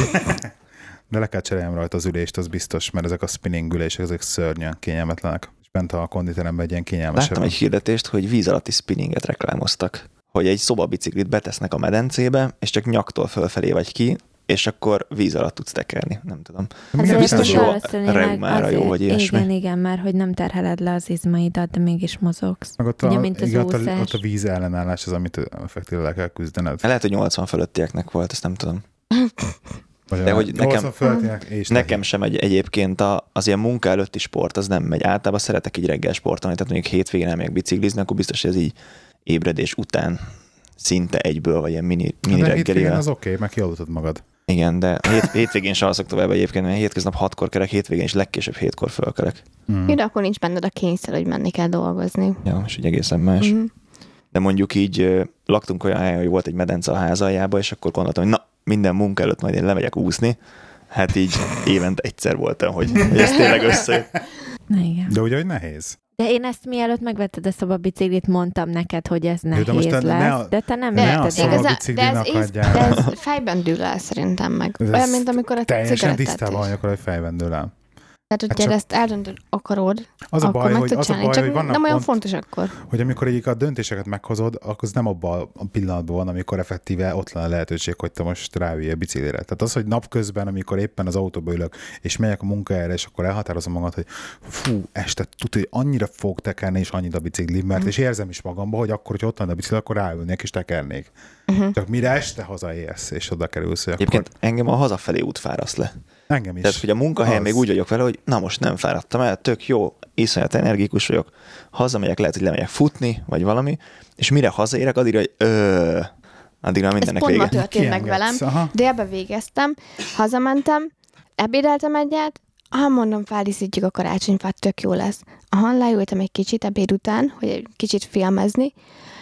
De le kell cseréljem rajta az ülést, az biztos, mert ezek a spinning ülések, ezek szörnyen kényelmetlenek. És bent a konditeremben egy ilyen kényelmesebb. Láttam egy hirdetést, hogy víz alatti spinninget reklámoztak. Hogy egy szobabiciklit betesznek a medencébe, és csak nyaktól fölfelé vagy ki, és akkor víz alatt tudsz tekerni. Nem tudom. Milyen biztos jó a valószínűleg reumára jó, azért- vagy ilyesmi. Igen, igen, mert hogy nem terheled le az izmaidat, de mégis mozogsz. Meg ott a, Ugye, mint az igen, ott, a, úszás. ott a víz ellenállás az, amit effektíve le kell küzdened. Lehet, hogy nyolcvan fölöttieknek volt, ezt nem tudom. Vagy De a- hogy nekem- nyolcvan fölöttinek és Nekem sem egy, egyébként a, az ilyen munka előtti sport, az nem megy. Általában szeretek így reggel sportolni, tehát mondjuk hétvégén elmegyek biciklizni, akkor biztos, hogy ez így ébredés után szinte egyből, vagy ilyen mini, mini de hétvégén reggelivel. az oké, okay, meg kialudtad magad. Igen, de a hét, hétvégén sem alszok tovább egyébként, mert hétköznap hatkor kerek, hétvégén is legkésőbb hétkor fölkelek. Mm. Jó, de akkor nincs benned a kényszer, hogy menni kell dolgozni. Ja, és így egészen más. Mm. De mondjuk így ö, laktunk olyan helyen, hogy volt egy medence a ház aljába, és akkor gondoltam, hogy na, minden munka előtt majd én lemegyek úszni. Hát így évente egyszer voltam, hogy, hogy ez tényleg összejött. Na igen. De ugye, hogy nehéz. De én ezt mielőtt megvetted a szobabiciklit, mondtam neked, hogy ez Jó, nehéz de most te lesz, ne a- de te nem ne a érted. szoba- el. igazán, de ez, szobabiciklinak ész, hagyjál. de ez fejben dől el szerintem meg. Ez Olyan, mint amikor a Teljesen cigarettát tisztában is. vagyok, hogy fejben dől el. Tehát, Hát hogyha csak- ezt eldöntöd, akarod, Az a akkor baj, meg hogy, tudod az a csinálni, baj, csak hogy vannak nem olyan pont, fontos akkor. hogy amikor egyik a döntéseket meghozod, akkor az nem abban a pillanatban van, amikor effektíve ott van a lehetőség, hogy te most ráülj a biciklire. Tehát az, hogy napközben, amikor éppen az autóba ülök, és megyek a munkájára, és akkor elhatározom magad, hogy fú, este tudod, hogy annyira fog tekerni, és annyit a bicikli, mert Mm. és érzem is magamba, hogy akkor, hogy ott van a bicikli, akkor ráülnék és tekernék. Uh-huh. Csak mire este hazaérsz, és oda kerülsz, hogy akkor Egyébként engem a hazafelé út fáraszt le. engem is. Tehát, hogy a munkahelyen Az. még úgy vagyok vele, hogy na most nem fáradtam el, tök jó, iszonyat energikus vagyok, hazamegyek, lehet, hogy lemegyek futni, vagy valami, és mire hazaérek, addigra, hogy ö, addigra Ez mindennek pont ma vége. történt meg Kiengedsz, velem. aha. Délbe végeztem, hazamentem, ebédeltem egyet, ah, mondom, feldíszítjük a karácsonyfát, tök jó lesz. Aha, leültem egy kicsit ebéd után, hogy egy kicsit filmezni.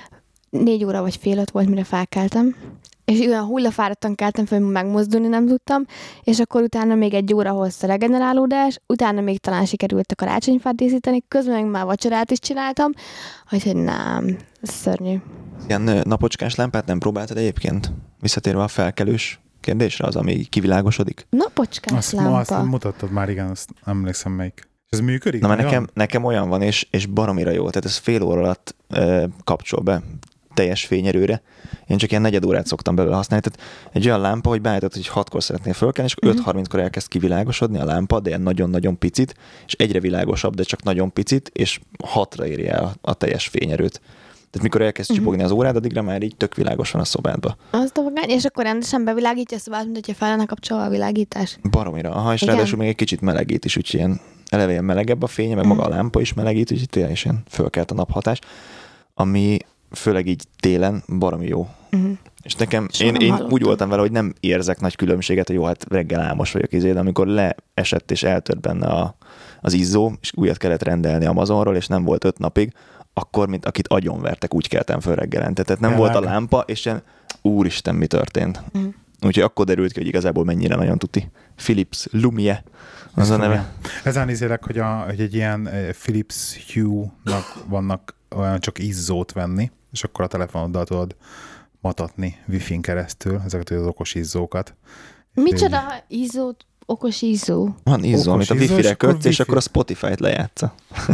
Négy óra vagy fél öt volt, mire felkeltem. És olyan hullafáradtan keltem fel, hogy megmozdulni nem tudtam, és akkor utána még egy óra hosszú regenerálódás, utána még talán sikerült a karácsonyfát díszíteni, közben meg már vacsorát is csináltam, úgyhogy nem, ez szörnyű. Ilyen ö, napocskás lámpát nem próbáltad egyébként? Visszatérve a felkelős kérdésre, az, ami kivilágosodik? Napocskás Azt, lámpa. azt mutattad már, igen, azt emlékszem melyik. És ez működik? Na, mert nagyon? nekem, nekem olyan van, és, és baromira jó. Tehát ez fél óra alatt ö, kapcsol be. teljes fényerőre. Én csak ilyen negyed órát szoktam belőle használni. Tehát egy olyan lámpa, hogy beállítod, hogy hatkor szeretnél fölkelni, és akkor öt harminckor elkezd kivilágosodni a lámpa, de ilyen nagyon-nagyon picit, és egyre világosabb, de csak nagyon picit, és hatra éri el a teljes fényerőt. Tehát mikor elkezd uh-huh. csipogni az órád, addigra már így tök világos van a szobádba. Az dobogány, és akkor rendesen bevilágítja a szobát, mint hogyha fel lenne kapcsolva a világítás. Baromira. Aha, és ráadásul még egy kicsit melegít is, úgyhogy ilyen eleve ilyen melegebb a fénye, meg uh-huh. maga a lámpa is melegít, úgyhogy tényleg is ilyen fölkelt a naphatás, ami főleg így télen baromi jó. Uh-huh. És nekem, én, én úgy voltam vele, hogy nem érzek nagy különbséget, hogy jó, hát reggel álmos vagyok izé, de amikor leesett és eltört benne a, az izzó, és újat kellett rendelni Amazonról, és nem volt öt napig, akkor, mint akit agyonvertek, úgy keltem föl reggelente. Tehát nem Elvágom. Volt a lámpa, és ilyen, úristen, mi történt. Mm. Úgyhogy akkor derült ki, hogy igazából mennyire nagyon tuti. Philips Lumie, az a neve. Ezen izélek, hogy, a, hogy egy ilyen Philips Hue-nak vannak olyan csak izzót venni, és akkor a telefonoddal tudod matatni Wi-Fi-n keresztül ezeket az okos izzókat. Micsoda izzót? Okos izzó. Van izzó, amit a Wi-Fi-re kötsz, és akkor a Spotify-t lejátsza.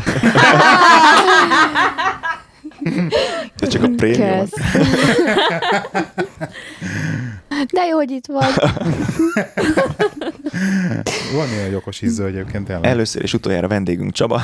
De csak a prémium. De jó, hogy itt vagy. Van ilyen okos izzó egyébként tényleg. Először és utoljára vendégünk Csaba.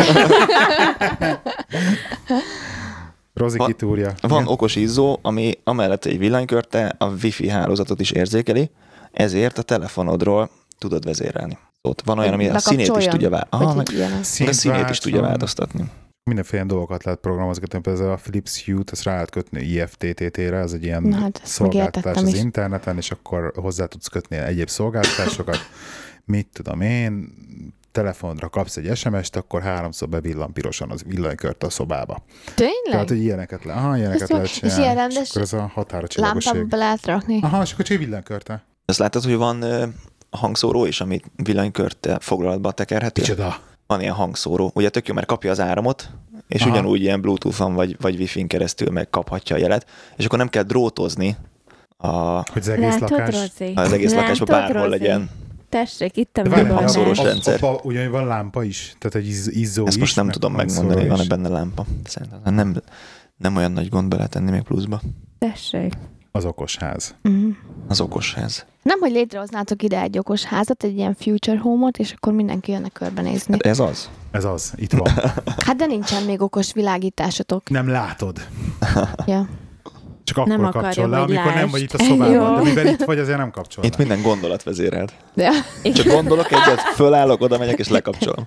Rozi van, kitúrja. Van okos izzó, ami amellett egy villanykörte a Wi-Fi hálózatot is érzékeli, ezért a telefonodról tudod vezérelni. Ott van olyan, ami a színét is tudja változtatni. A színét is tudja változtatni. Mindenféle dolgokat lehet programozgatni, például a Philips Hue-t, ezt rá lehet kötni I F T T T-re, ez egy ilyen hát, szolgáltatás az is. Interneten, és akkor hozzá tudsz kötni egyéb szolgáltatásokat. Mit tudom én, telefonra kapsz egy es em es-t, akkor háromszor bevillan pirosan az villanykört a szobába. Tényleg? Tehát, hogy ilyeneket, le, aha, ilyeneket lehet csinálni. És ilyen rendes és akkor ez a határacsillagosság. Lámpába lehet rakni. Aha, és akkor csak villanykörte. Ezt látod, hogy van uh, hangszóró is, amit villanykörte foglalatba tekerhető? Micsoda? Van ilyen hangszóró. Ugye tök jó, mert kapja az áramot, és aha. ugyanúgy ilyen Bluetooth-on vagy, vagy Wi-Fi-n keresztül megkaphatja a jelet, és akkor nem kell drótozni a... Hogy az egész Látod, lakás... Rozi? Az egész Látod, lakásban bárhol Rozi? legyen. Tessék, itt a megoldás. Hangszórós a, rendszer. a, a, ugyan van lámpa is, tehát egy iz, izzó Ezt is. most nem tudom megmondani, hogy van-e benne lámpa. Szerintem nem, nem olyan nagy gond beletenni még pluszba. Tessék. Az okos ház. Uh-huh. Az okos ház. Nem, hogy létrehoznátok ide egy okos házat, egy ilyen future home-ot, és akkor mindenki jönne körbenézni. Hát ez az. Ez az, itt van. Hát de nincsen még okos világításotok. Nem látod. Ja. Csak akkor nem kapcsol le, amikor lásd. nem vagy itt a szobában. Jó. De mivel itt vagy, azért nem kapcsol Itt le. minden gondolat vezérelt. Ja. Csak gondolok egyet, fölállok, oda megyek és lekapcsolom.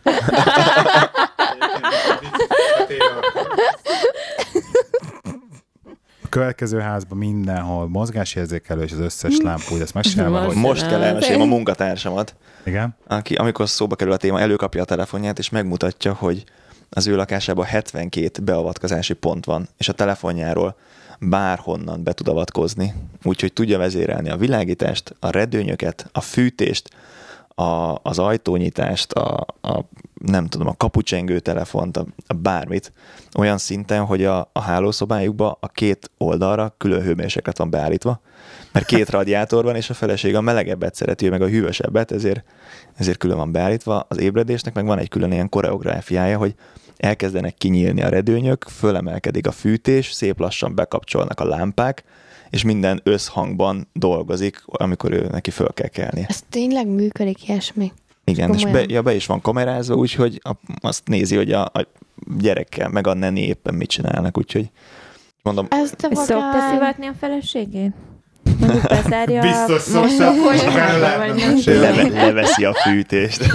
A következő házban mindenhol mozgásérzékelő, és az összes lámpú, ezt megcsinálva, hogy... Most kell elmesélni a munkatársamat, igen? aki amikor szóba kerül a téma, előkapja a telefonját, és megmutatja, hogy az ő lakásában hetvenkét beavatkozási pont van, és a telefonjáról bárhonnan be tud avatkozni, úgyhogy tudja vezérelni a világítást, a redőnyöket, a fűtést, a, az ajtónyitást, a, a nem tudom, a kapucsengő telefont, a, a bármit, olyan szinten, hogy a, a hálószobájukba a két oldalra külön hőmérséklet van beállítva, mert két radiátor van, és a feleség a melegebbet szereti, ő meg a hűvösebbet, ezért, ezért külön van beállítva. Az ébredésnek meg van egy külön ilyen koreográfiája, hogy elkezdenek kinyílni a redőnyök, fölemelkedik a fűtés, szép lassan bekapcsolnak a lámpák, és minden összhangban dolgozik, amikor ő neki föl kell kelni. Ez tényleg működik, ilyesmi? Igen, és be, ja, be is van kamerázva, úgyhogy a, azt nézi, hogy a, a gyerekkel, meg a neni éppen mit csinálnak, úgyhogy mondom... Szokta szivatni a feleségét? Mondjuk bezárja biztos a mosókonyhába, Leve, leveszi a fűtést.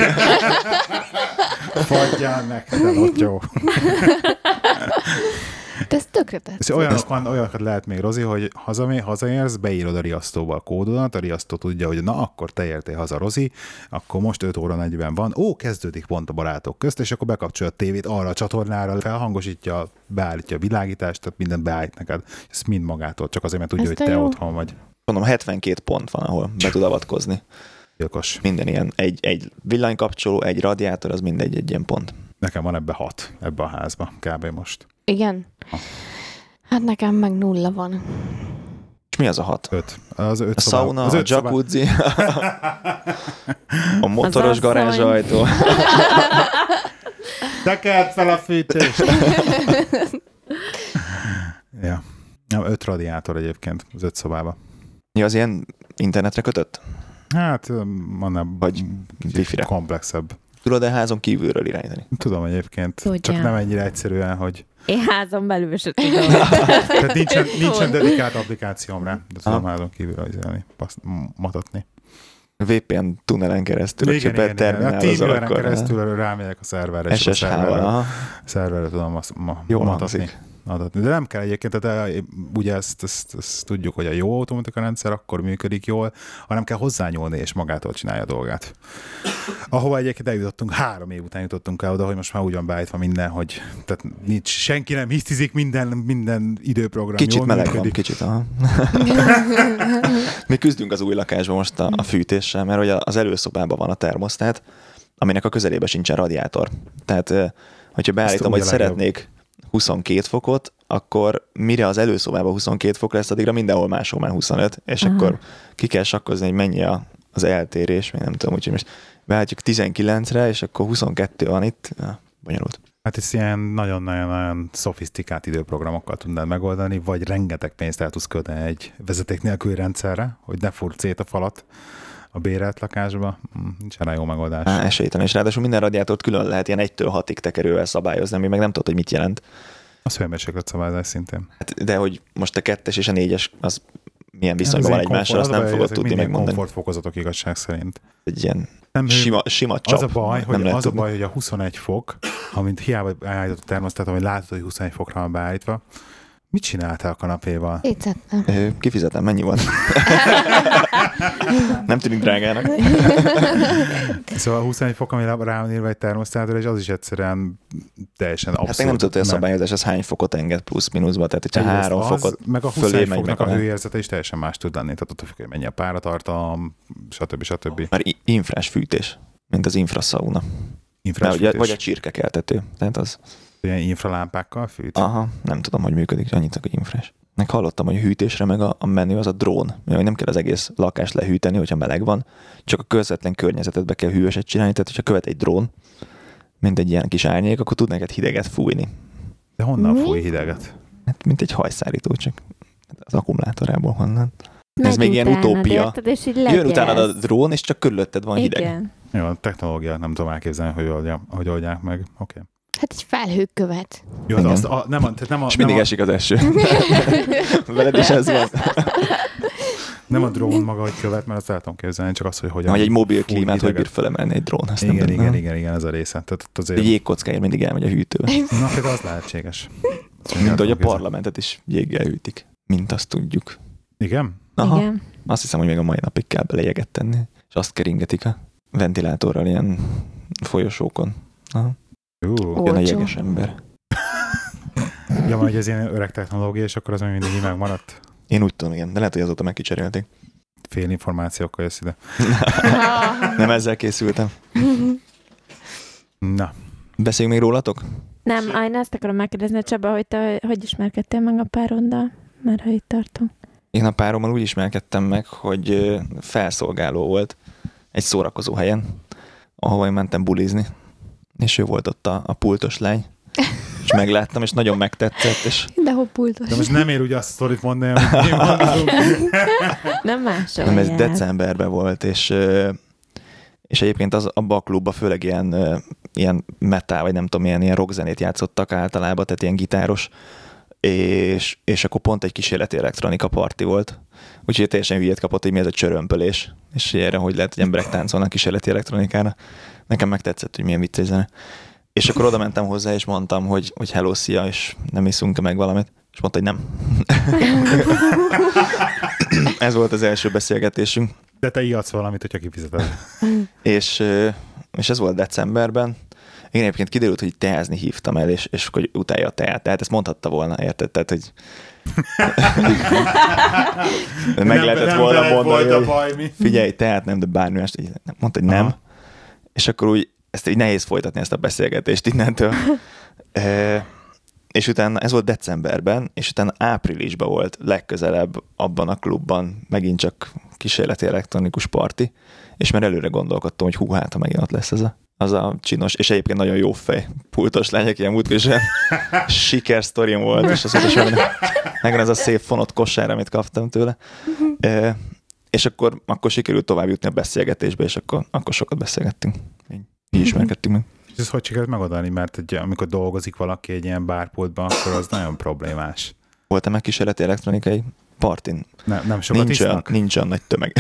Fagyjál meg, te lotyó. De ez tökre tetszik. Olyanok van, olyanokat lehet még, Rozi, hogy hazamér, hazaérsz, beírod a riasztóba a kódodat, a riasztó tudja, hogy na, akkor te értél haza, Rozi, akkor most öt óra negyven van, ó, kezdődik pont a barátok közt, és akkor bekapcsolja a tévét arra a csatornára, felhangosítja, beállítja a világítást, tehát mindent beállít neked. Ez mind magától, csak azért, mert tudja, ezt hogy te jó. otthon vagy. Mondom, hetvenkét pont van, ahol be tud avatkozni. Gyilkos. Minden ilyen, egy, egy villanykapcsoló, egy radiátor, az mindegy egy ilyen pont. Nekem van ebbe hat, ebbe a házba, kb. Most. Igen? Hát nekem meg nulla van. És mi az a hat? Öt. Az öt a szobá, sauna, az a öt jacuzzi, a motoros az garázsajtó. Tekert fel a fűtést! Ja. Ja, öt radiátor egyébként az öt szobába. Ja, az ilyen internetre kötött? Hát, annál Vagy wifi-re. Komplexebb. Tudod-e házon kívülről irányítani? Tudom egyébként, Tudja. csak nem ennyire egyszerűen, hogy... Én házon belül se tudom. Tehát nincsen, nincsen dedikált applikációm rá, de tudom házon kívülről izélni, matatni. vé pé en tunnelen keresztül, igen, csak igen, terminálozol, igen. A teamvilleren akkor keresztül rámegyek a szerverre, és a es es há-val, szerverre, aha. szerverre tudom azt ma, Jól matatni. hangzik. adatni. De nem kell egyébként, tehát ugye ezt, ezt, ezt tudjuk, hogy a jó automatika rendszer akkor működik jól, hanem kell hozzányúlni, és magától csinálja a dolgát. Ahova egyébként eljutottunk, három év után jutottunk el oda, hogy most már úgy van beállítva minden, hogy tehát nincs, senki nem hisztizik, minden, minden időprogram Kicsit jól meleg működik. van, kicsit, aha. Mi küzdünk az új lakásban most a, a fűtéssel, mert ugye az előszobában van a termosztát, aminek a közelébe sincsen radiátor. Tehát, hogyha beállítom, hogy szeretnék huszonkét fokot, akkor mire az előszobában huszonkét fok lesz, addigra mindenhol máshol már huszonöt, és Aha. akkor ki kell sakkozni, hogy mennyi a, az eltérés, még nem tudom, úgyhogy most beállítjuk tizenkilencre, és akkor huszonkettő van itt, ja, bonyolult. Hát ezt ilyen nagyon-nagyon szofisztikált időprogramokkal tudnád megoldani, vagy rengeteg pénzt el tudsz költeni egy vezeték nélküli rendszerre, hogy ne furd szét a falat a bérelt lakásba. Nincs rá jó megoldás. Á, esélytelen, és ráadásul minden radiátort külön lehet ilyen egytől hatig tekerővel szabályozni, ami meg nem tudod, hogy mit jelent. Az hőmérséklet szabályozás szintén. Hát, de hogy most a kettes és a négyes, az milyen viszonyban van egymással, azt nem fogod tudni megmondani. Komfortfokozatok igazság szerint. Egy ilyen nem sima, sima csap. Az a baj, hogy, az a baj hogy a huszonegy fok, amint hiába beállított a termosztát, ami látod, hogy huszonegy fokra van beállítva, mit csináltál a kanapéval? Étszettem. Kifizetem, mennyi van? Nem tűnik drágának. Szóval a huszonegy fok, ami rá van írva egy termosztátra, és az is egyszerűen teljesen abszurd. Hát nem tudod, hogy a szabályozás az hány fokot enged plusz-minuszba, tehát hogyha három fokot meg a fölé megy foknak meg a hőérzete is teljesen más tud lenni, tehát attól függ, hogy mennyi a páratartalom, stb. stb. Már infrás fűtés, mint az infraszauna. Infrás fűtés. Vagy a csirkekeltető, tehát az... Ilyen infralámpákkal fűt? Aha, nem tudom, hogy működik, annyit csak, hogy infrás. Meg hallottam, hogy a hűtésre meg a, a menü az a drón, mert nem kell az egész lakást lehűteni, hogyha meleg van, csak a közvetlen környezetedbe kell hűvöset csinálni, tehát hogyha követ egy drón, mint egy ilyen kis árnyék, akkor tud neked hideget fújni. De honnan Mi? fúj hideget? Hát mint egy hajszárító, csak az akkumulátorából honnan. Ez még ilyen utópia. Jön utána a drón, és csak körülötted van hideg. Igen. Jó, a technológiát nem tudom elképzelni, hogy oldják, hogy oldják meg. Oké. Okay. Hát egy felhőkövet. Jó, az azt, a, nem, a, nem a, és mindig nem esik az eső. Veled is ez van. Nem a drón maga, hogy követ, mert azt el tudom képzelni, csak az, hogy hogyan... Vagy egy mobil klímát, hogy bír felemelni egy drón. Igen, igen, igen, igen, igen, ez a része. Tehát azért... Egy jégkockáért mindig elmegy a hűtő. Na, például az lehetséges. Mint ahogy a parlamentet is jéggel hűtik. Mint azt tudjuk. Igen? Aha. Igen. Azt hiszem, hogy még a mai napig kell bele jeget tenni. És azt keringetik a ventilátorral ilyen folyosókon. Aha. Uh. Jön a jeges ember. Ja, majd ez ilyen öreg technológia, és akkor az még mindig megmaradt. Én úgy tudom, igen, de lehet, hogy azóta megkicserélték. Fél információkkal jössz ide. Nem ezzel készültem. Na. Beszéljünk még rólatok? Nem, én azt akarom megkérdezni, Csaba, hogy te hogy ismerkedtél meg a pároddal, mert ha itt tartunk. Én a párommal úgy ismerkedtem meg, hogy felszolgáló volt egy szórakozó helyen, ahova én mentem bulizni, és ő volt ott a, a pultos lány, és megláttam, és nagyon megtetszett, és... De hol pultos? De most nem ér ugye azt a sztorit mondani, amit én mondom. Nem máshol. Nem, ez decemberben volt, és, és egyébként az, abban a klubban főleg ilyen, ilyen metal, vagy nem tudom, ilyen, ilyen rockzenét játszottak általában, tehát ilyen gitáros, és, és akkor pont egy kísérleti elektronika parti volt. Úgyhogy teljesen hülyét kapott, hogy mi ez a csörömpölés, és erre, hogy lehet, hogy emberek táncolnak kísérleti elektronikára. Nekem megtetszett, hogy milyen vicces zene. És akkor oda mentem hozzá, és mondtam, hogy, hogy hello, szia, és nem iszunk meg valamit. És mondta, hogy nem. Ez volt az első beszélgetésünk. De te ijedsz valamit, hogyha kifizeted. és, és ez volt decemberben. Én egyébként kiderült, hogy teázni hívtam el, és, és hogy utálja a teát. Tehát ezt mondhatta volna, érted? Tehát, hogy meg nem, lehetett nem volna mondani, hogy baj, mi? figyelj, teát nem, de bármi más. Mondta, hogy nem. Aha. És akkor úgy ezt így nehéz folytatni, ezt a beszélgetést innentől. e, és utána, ez volt decemberben, és utána áprilisban volt legközelebb abban a klubban megint csak kísérleti elektronikus parti, és már előre gondolkodtam, hogy hú, hát ha megint ott lesz ez a, az a csinos, és egyébként nagyon jó fej pultos lányok, ilyen múltkor is olyan sikersztorim volt, és azóta sem megvan ez a szép fonott kosár, amit kaptam tőle. E, és akkor, akkor sikerült tovább jutni a beszélgetésbe, és akkor, akkor sokat beszélgettünk. Így, így ismerkedtünk meg. És ezt hogy sikerült megoldani? Mert egy, amikor dolgozik valaki egy ilyen bárpultban, akkor az nagyon problémás. Voltam meg kísérleti elektronikai partin. Ne, nem sokat nincs olyan, nincs olyan nagy tömeg.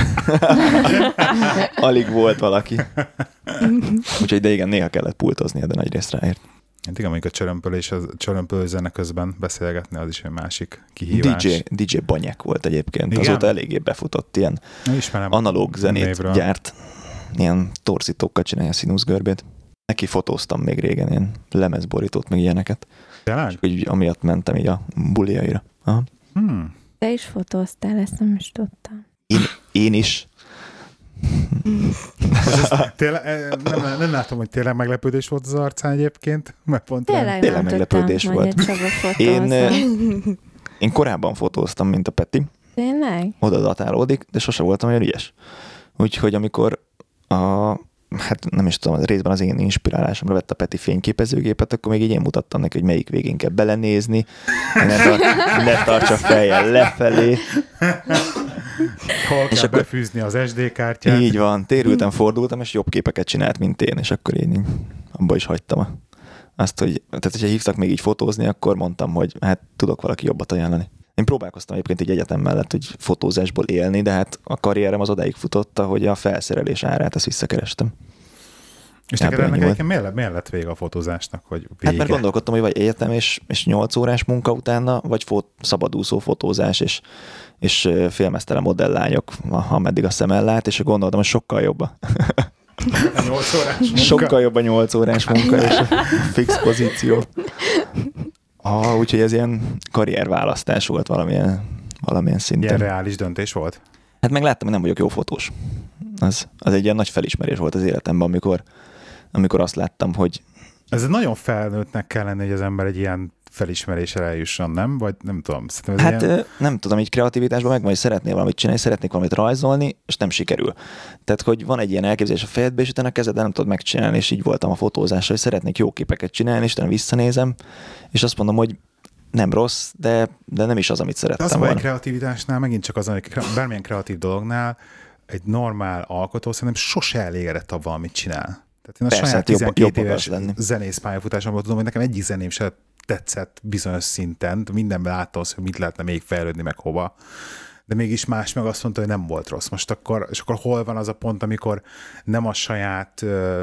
Alig volt valaki. Úgyhogy de igen, néha kellett pultoznia, de nagy részt ráért. Hát igen, amikor a csörömpölés, a csörömpölő zene közben beszélgetni, az is egy másik kihívás. dé dzsé, dé dzsé Banyek volt egyébként. Igen? Azóta eléggé befutott ilyen Ismerem analóg zenét névről. gyárt. Ilyen torzítókkal csinálja színuszgörbét. Neki fotóztam még régen, ilyen lemezborítót, meg ilyeneket. Tényleg? És úgy amiatt mentem így a buliaira. Aha. Hmm. Te is fotóztál, ezt nem is tudtam. Én, én is. Tényleg, nem, nem látom, hogy tényleg meglepődés volt az arcán egyébként, mert pont Tényleg Tényleg nem meglepődés tudtam, volt. hogy egy Csaba Én, fotózol. én korábban fotóztam, mint a Peti. Tényleg? Oda datálódik, de sose voltam olyan ügyes. Úgyhogy amikor a, hát nem is tudom, részben az én inspirálásomra vett a Peti fényképezőgépet, akkor még így én mutattam neki, hogy melyik végén kell belenézni, ne, tar- ne tartsa fejjel lefelé. hol és kell akkor- befűzni az es dé kártyát. Így van, térültem, fordultam, és jobb képeket csinált, mint én, és akkor én így abba is hagytam azt, hogy, tehát hogyha hívtak még így fotózni, akkor mondtam, hogy hát tudok valaki jobbat ajánlani. Én próbálkoztam egyébként egy egyetem mellett, hogy fotózásból élni, de hát a karrierem az odáig futotta, hogy a felszerelés árát ezt visszakerestem. És neked Ebből ennek ennyi egyébként miért lett, miért lett vége a fotózásnak, hogy vége? Hát mert gondolkodtam, hogy vagy egyetem és, és nyolc órás munka utána, vagy fot, szabadúszó fotózás, és, és filmeztelen modellányok, ameddig a szem ellát, és gondoltam, hogy sokkal jobb a, A nyolc órás munka. sokkal jobb a nyolc órás munka, és a fix pozíció. Ah, úgyhogy ez ilyen karrierválasztás volt valamilyen, valamilyen szinten. Ilyen reális döntés volt? Hát meg láttam, hogy nem vagyok jó fotós. Az, az egy ilyen nagy felismerés volt az életemben, amikor, amikor azt láttam, hogy Ez nagyon felnőttnek kell lenni, hogy az ember egy ilyen felismerésre eljusson, nem? Vagy nem tudom. Ez hát ilyen... ö, nem tudom, így kreativitásban meg, hogy szeretnél valamit csinálni, szeretnék valamit rajzolni, és nem sikerül. Tehát, hogy van egy ilyen elképzelés a fejedbe, és utána kezded, nem tudod megcsinálni, és így voltam a fotózással, hogy szeretnék jó képeket csinálni, és utána visszanézem, és azt mondom, hogy nem rossz, de, de nem is az, amit De szerettem az a volna. baj, kreativitásnál, megint csak az, hogy bármilyen kreatív dolognál egy normál alkotó szerintem sose elégedett abban, amit csinál. Tehát én a Persze, saját hát jobb- tizenkét jobb éves akarsz lenni. zenész pályafutásomban tudom, hogy nekem egyik zeném se tetszett bizonyos szinten, mindenben láttam azt, hogy mit lehetne még fejlődni, meg hova. De mégis más meg azt mondta, hogy nem volt rossz. Most akkor, és akkor hol van az a pont, amikor nem a saját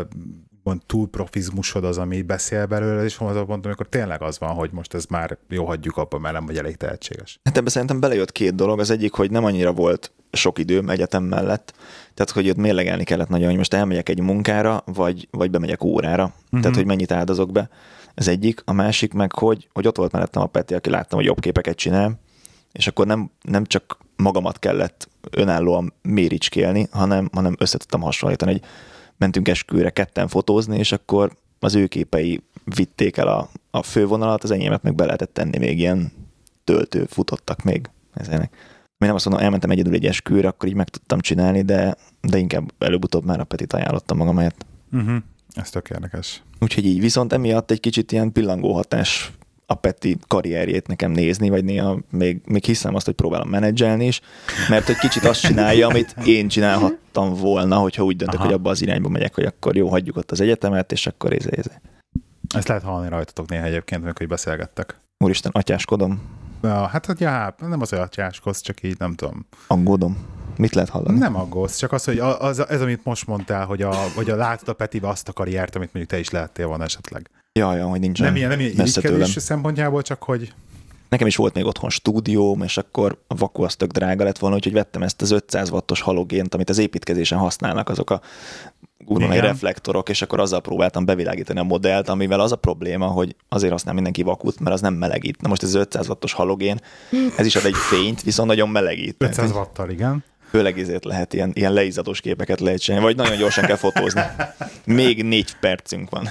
uh, túlprofizmusod az, ami beszél belőle, és hol az a pont, amikor tényleg az van, hogy most ez már jó, hagyjuk abba, mert nem vagy elég tehetséges. Hát ebben szerintem belejött két dolog. Az egyik, hogy nem annyira volt sok időm egyetem mellett, tehát hogy ott mérlegelni kellett nagyon, hogy most elmegyek egy munkára, vagy, vagy bemegyek órára. Uh-huh. Tehát, hogy mennyit áldozok be. Ez egyik. A másik meg, hogy, hogy ott volt mellettem a Peti, aki láttam, hogy jobb képeket csinál, és akkor nem, nem csak magamat kellett önállóan méricskélni, hanem, hanem össze tudtam hasonlítani, hogy mentünk esküvőre ketten fotózni, és akkor az ő képei vitték el a, a fővonalat, az enyémet meg be lehetett tenni, még ilyen töltő futottak még ezenek. Én nem azt mondom, elmentem egyedül egy esküvőre, akkor így meg tudtam csinálni, de, de inkább előbb-utóbb már a Petit ajánlottam magam helyett. Uh-huh. Ez tök érdekes. Úgyhogy így, viszont emiatt egy kicsit ilyen pillangó hatás a Peti karrierjét nekem nézni, vagy néha még, még hiszem azt, hogy próbálom menedzselni is, mert egy kicsit azt csinálja, amit én csinálhattam volna, hogyha úgy döntök, Aha. hogy abba az irányba megyek, hogy akkor jó, hagyjuk ott az egyetemet, és akkor ézé, ézé. Ezt lehet hallani rajtatok néha egyébként, amikor hogy beszélgettek. Úristen, atyáskodom, Ja, hát, hogy já, nem az, hogy atyáskodsz, csak így nem tudom. aggódom. Mit lehet hallani? Nem aggódsz, csak az, hogy az, ez, amit most mondtál, hogy, a, hogy a látod a Petibe azt a karriert, amit mondjuk te is lehettél volna esetleg. Jaj, jaj, hogy nincs Nem ilyen, nem ilyen messze tőlem. irigykedés szempontjából, csak hogy... Nekem is volt még otthon stúdióm, és akkor a vaku az tök drága lett volna, úgyhogy vettem ezt az ötszáz wattos halogént, amit az építkezésen használnak azok a úgymond reflektorok, és akkor azzal próbáltam bevilágítani a modellt, amivel az a probléma, hogy azért használ mindenki vakut, mert az nem melegít. Na most ez az ötszáz wattos halogén, ez is ad egy fényt, viszont nagyon melegít. ötszáz watttal, igen. Főleg ezért lehet ilyen, ilyen leizados képeket lehet csinálni, vagy nagyon gyorsan kell fotózni. Még négy percünk van.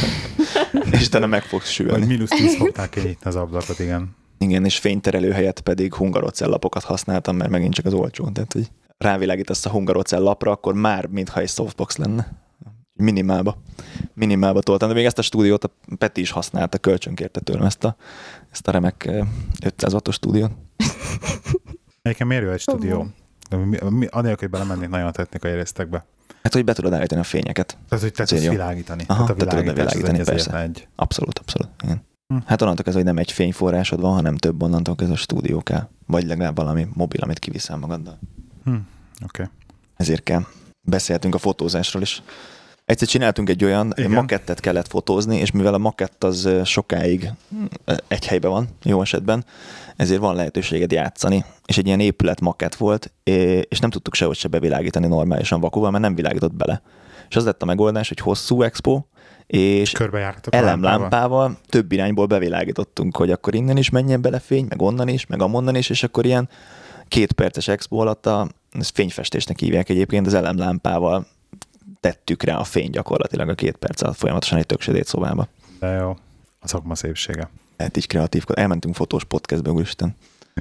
És utána meg fogsz Vagy sülni. mínusz tíz foknál kinyitni az ablakot, igen. Igen, és fényterelő helyett pedig hungarocell lapokat használtam, mert megint csak az olcsó. Tehát, hogy rávilágítasz a Hungarocell lapra, akkor már mintha egy softbox lenne. Minimálba. Minimálba toltam, de még ezt a stúdiót a Peti is használta, kölcsönkérte tőlem ezt a, ezt a remek ötszáz wattos stúdiót. Egyébként miért jó egy stúdió? Anélkül, hogy belemennék nagyon a technikai részletekbe. Hát, hogy be tudod állítani a fényeket. Tehát, hogy te tudsz világítani. Aha, tehát a te tudod világítani, persze. Egy... Abszolút, abszolút. Igen. Hm. Hát onnantól ez, hogy nem egy fényforrásod van, hanem több, onnantól ez a stúdió kell. Vagy legalább valami mobil, amit kiviszel magaddal. Hm. Oké. Okay. Ezért kell. Beszéltünk a fotózásról is. Egyszer csináltunk egy olyan, Igen. makettet kellett fotózni, és mivel a makett az sokáig egy helyben van, jó esetben, ezért van lehetőséged játszani. És egy ilyen épület makett volt, és nem tudtuk sehogy se bevilágítani normálisan vakúval, mert nem világított bele. És az lett a megoldás, hogy hosszú expo, és elemlámpával több irányból bevilágítottunk, hogy akkor innen is menjen bele fény, meg onnan is, meg amonnan is, és akkor ilyen két perces expo alatt a ezt fényfestésnek hívják egyébként, az elemlámpával tettük rá a fény gyakorlatilag a két perc alatt folyamatosan egy tök sötét szobába. De jó, a szakma szépsége. Hát így kreatív. Elmentünk fotós podcastbe, úristen.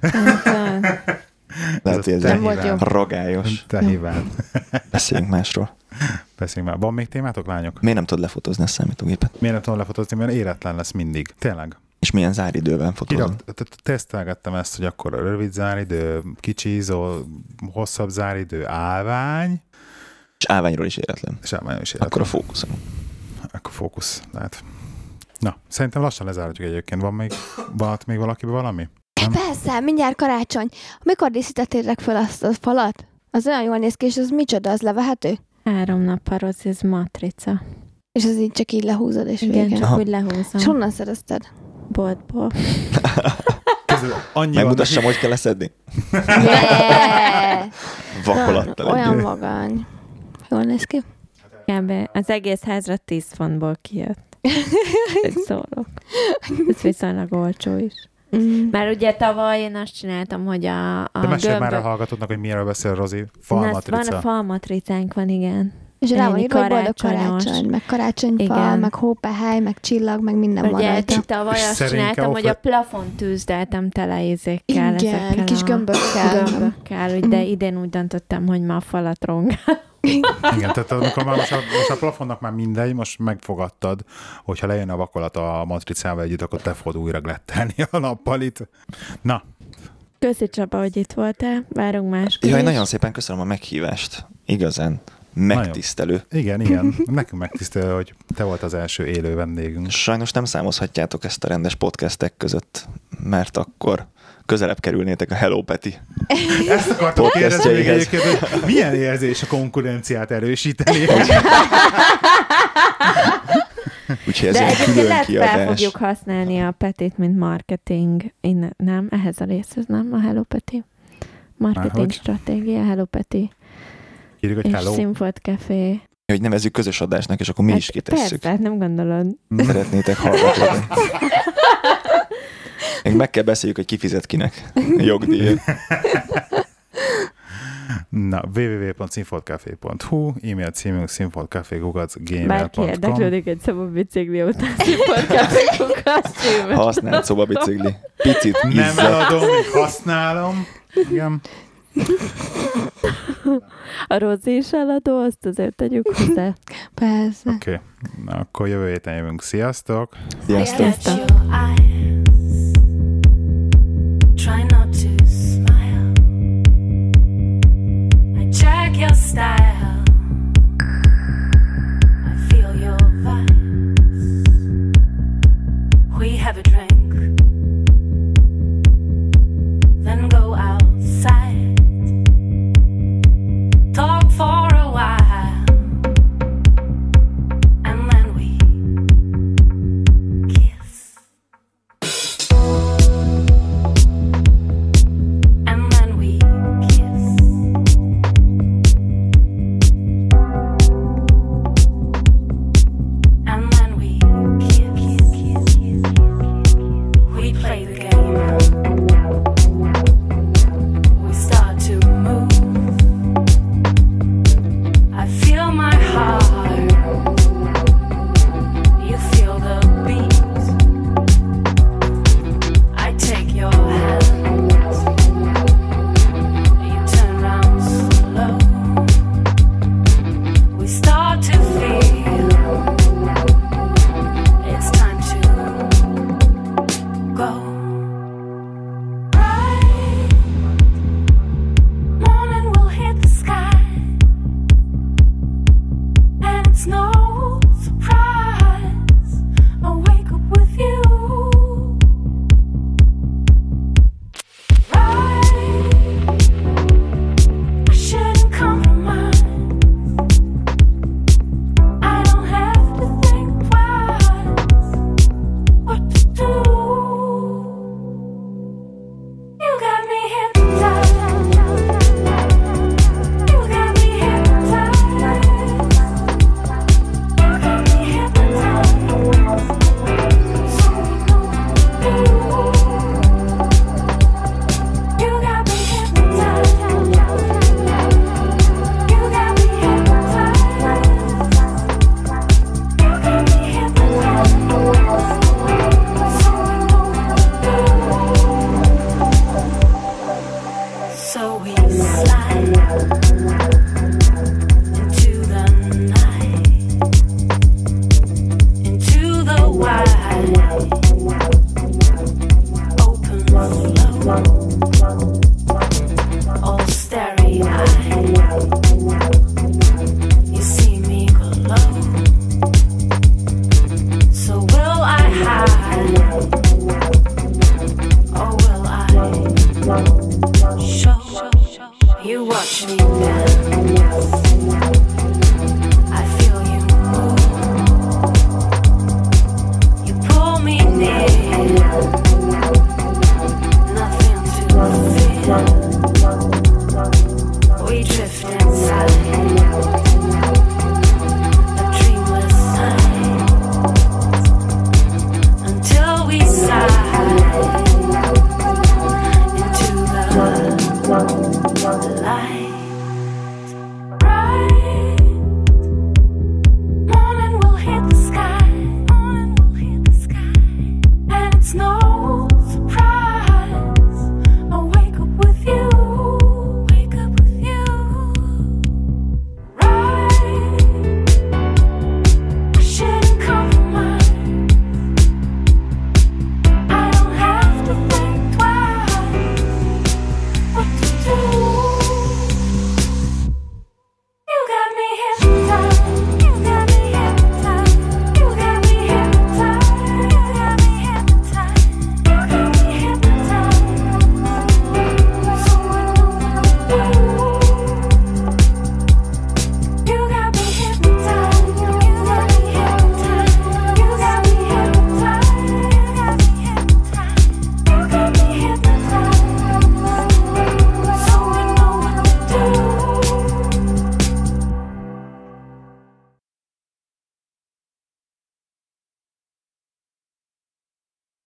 Lehet, hogy ez egy ragályos. Te hívád. Beszéljünk másról. Beszéljünk már. Van még témátok, lányok? Miért nem tudod lefotózni a számítógépet? Miért nem tudom lefotózni, mert éretlen lesz mindig. Tényleg. És milyen záridővel fotózom? Tesztelgettem ezt, hogy akkor a rövid záridő, kicsi izó, hosszabb záridő, állvány. És állványról is éretlen. És állványról is éretlen. Akkor a fókuszom. Akkor fókusz, lehet. Na, szerintem lassan lezárhatjuk egyébként. Van még, van még valakiben valami? Nem? Persze, mindjárt karácsony. Mikor díszítettétek fel azt a falat? Az olyan jól néz ki, és az micsoda, az levehető? Három nap az, ez matrica. És az így csak így lehúzod, és igen, vége. csak Aha. úgy lehúzom. És honnan szerezted? Boltból. Megmutassam, hogy kell leszedni? Yeah. Vakolattal. Olyan magány. Jól néz ki? Kb. Az egész házra tíz fontból kijött. Egy szólok. Ez viszonylag olcsó is. Mm. Mert ugye tavaly én azt csináltam, hogy a, a De mesélj gömbök... már a hallgatóknak, hogy miről beszél Rozi. Falmatrica. Van a falmatricánk, van, igen. És rá van írva, hogy boldog karácsony, meg karácsonyfa, igen. meg hópehely, meg csillag, meg minden ugye, van rajta. Ugye tavaly azt csináltam, hogy a plafon tűzdeltem tele izékkel. Igen, kis gömbökkel. gömbökkel, de idén úgy döntöttem, hogy ma a falat rongál. Igen, tehát amikor már most a, most a plafonnak már mindegy, most megfogadtad, hogyha lejön a vakolat a matricával együtt, akkor te fogod újra glettelni a nappalit. Na. Köszi Csaba, hogy itt voltál. Várunk máskor. Jaj, nagyon szépen köszönöm a meghívást. Igazán megtisztelő. Nagyon. Igen, igen. Nekünk megtisztelő, hogy te volt az első élő vendégünk. Sajnos nem számozhatjátok ezt a rendes podcastek között, mert akkor közelebb kerülnétek a Hello Peti. Ezt akartam kérdezni még egyébként, hogy milyen érzés a konkurenciát erősíteni. Úgyhogy ez de egy külön lehet kiadás. fel fogjuk használni a Petit, mint marketing. Innen, nem? Ehhez a részhez nem? A Hello Peti. Marketing Márhogy? stratégia, Hello Peti. Írjuk, és hello. Színfolt Café. Hogy nevezzük közös adásnak, és akkor mi hát is kitesszük. Persze, nem gondolod. Szeretnétek hallgatni. Még meg kell beszéljük, hogy ki fizet kinek jogdíjat. Na, double-u double-u double pont színfoltcafé pont hu, e-mail címünk színfoltcafé kukac gmail pont com. Bárki érdeklődik egy szobabicikli után színfoltcafé kukac gmail. Használt szobabicikli. Picit izzad. Nem eladom, még használom. Igen. A Rozi is eladó, azt azért tegyük hozzá. Persze. Oké, okay. Na, akkor jövő héten jövünk. Sziasztok! Sziasztok! Try not to smile. I check your style. I feel your vibes. We have a drink, then go outside. Talk for a while, and then we kiss. It's no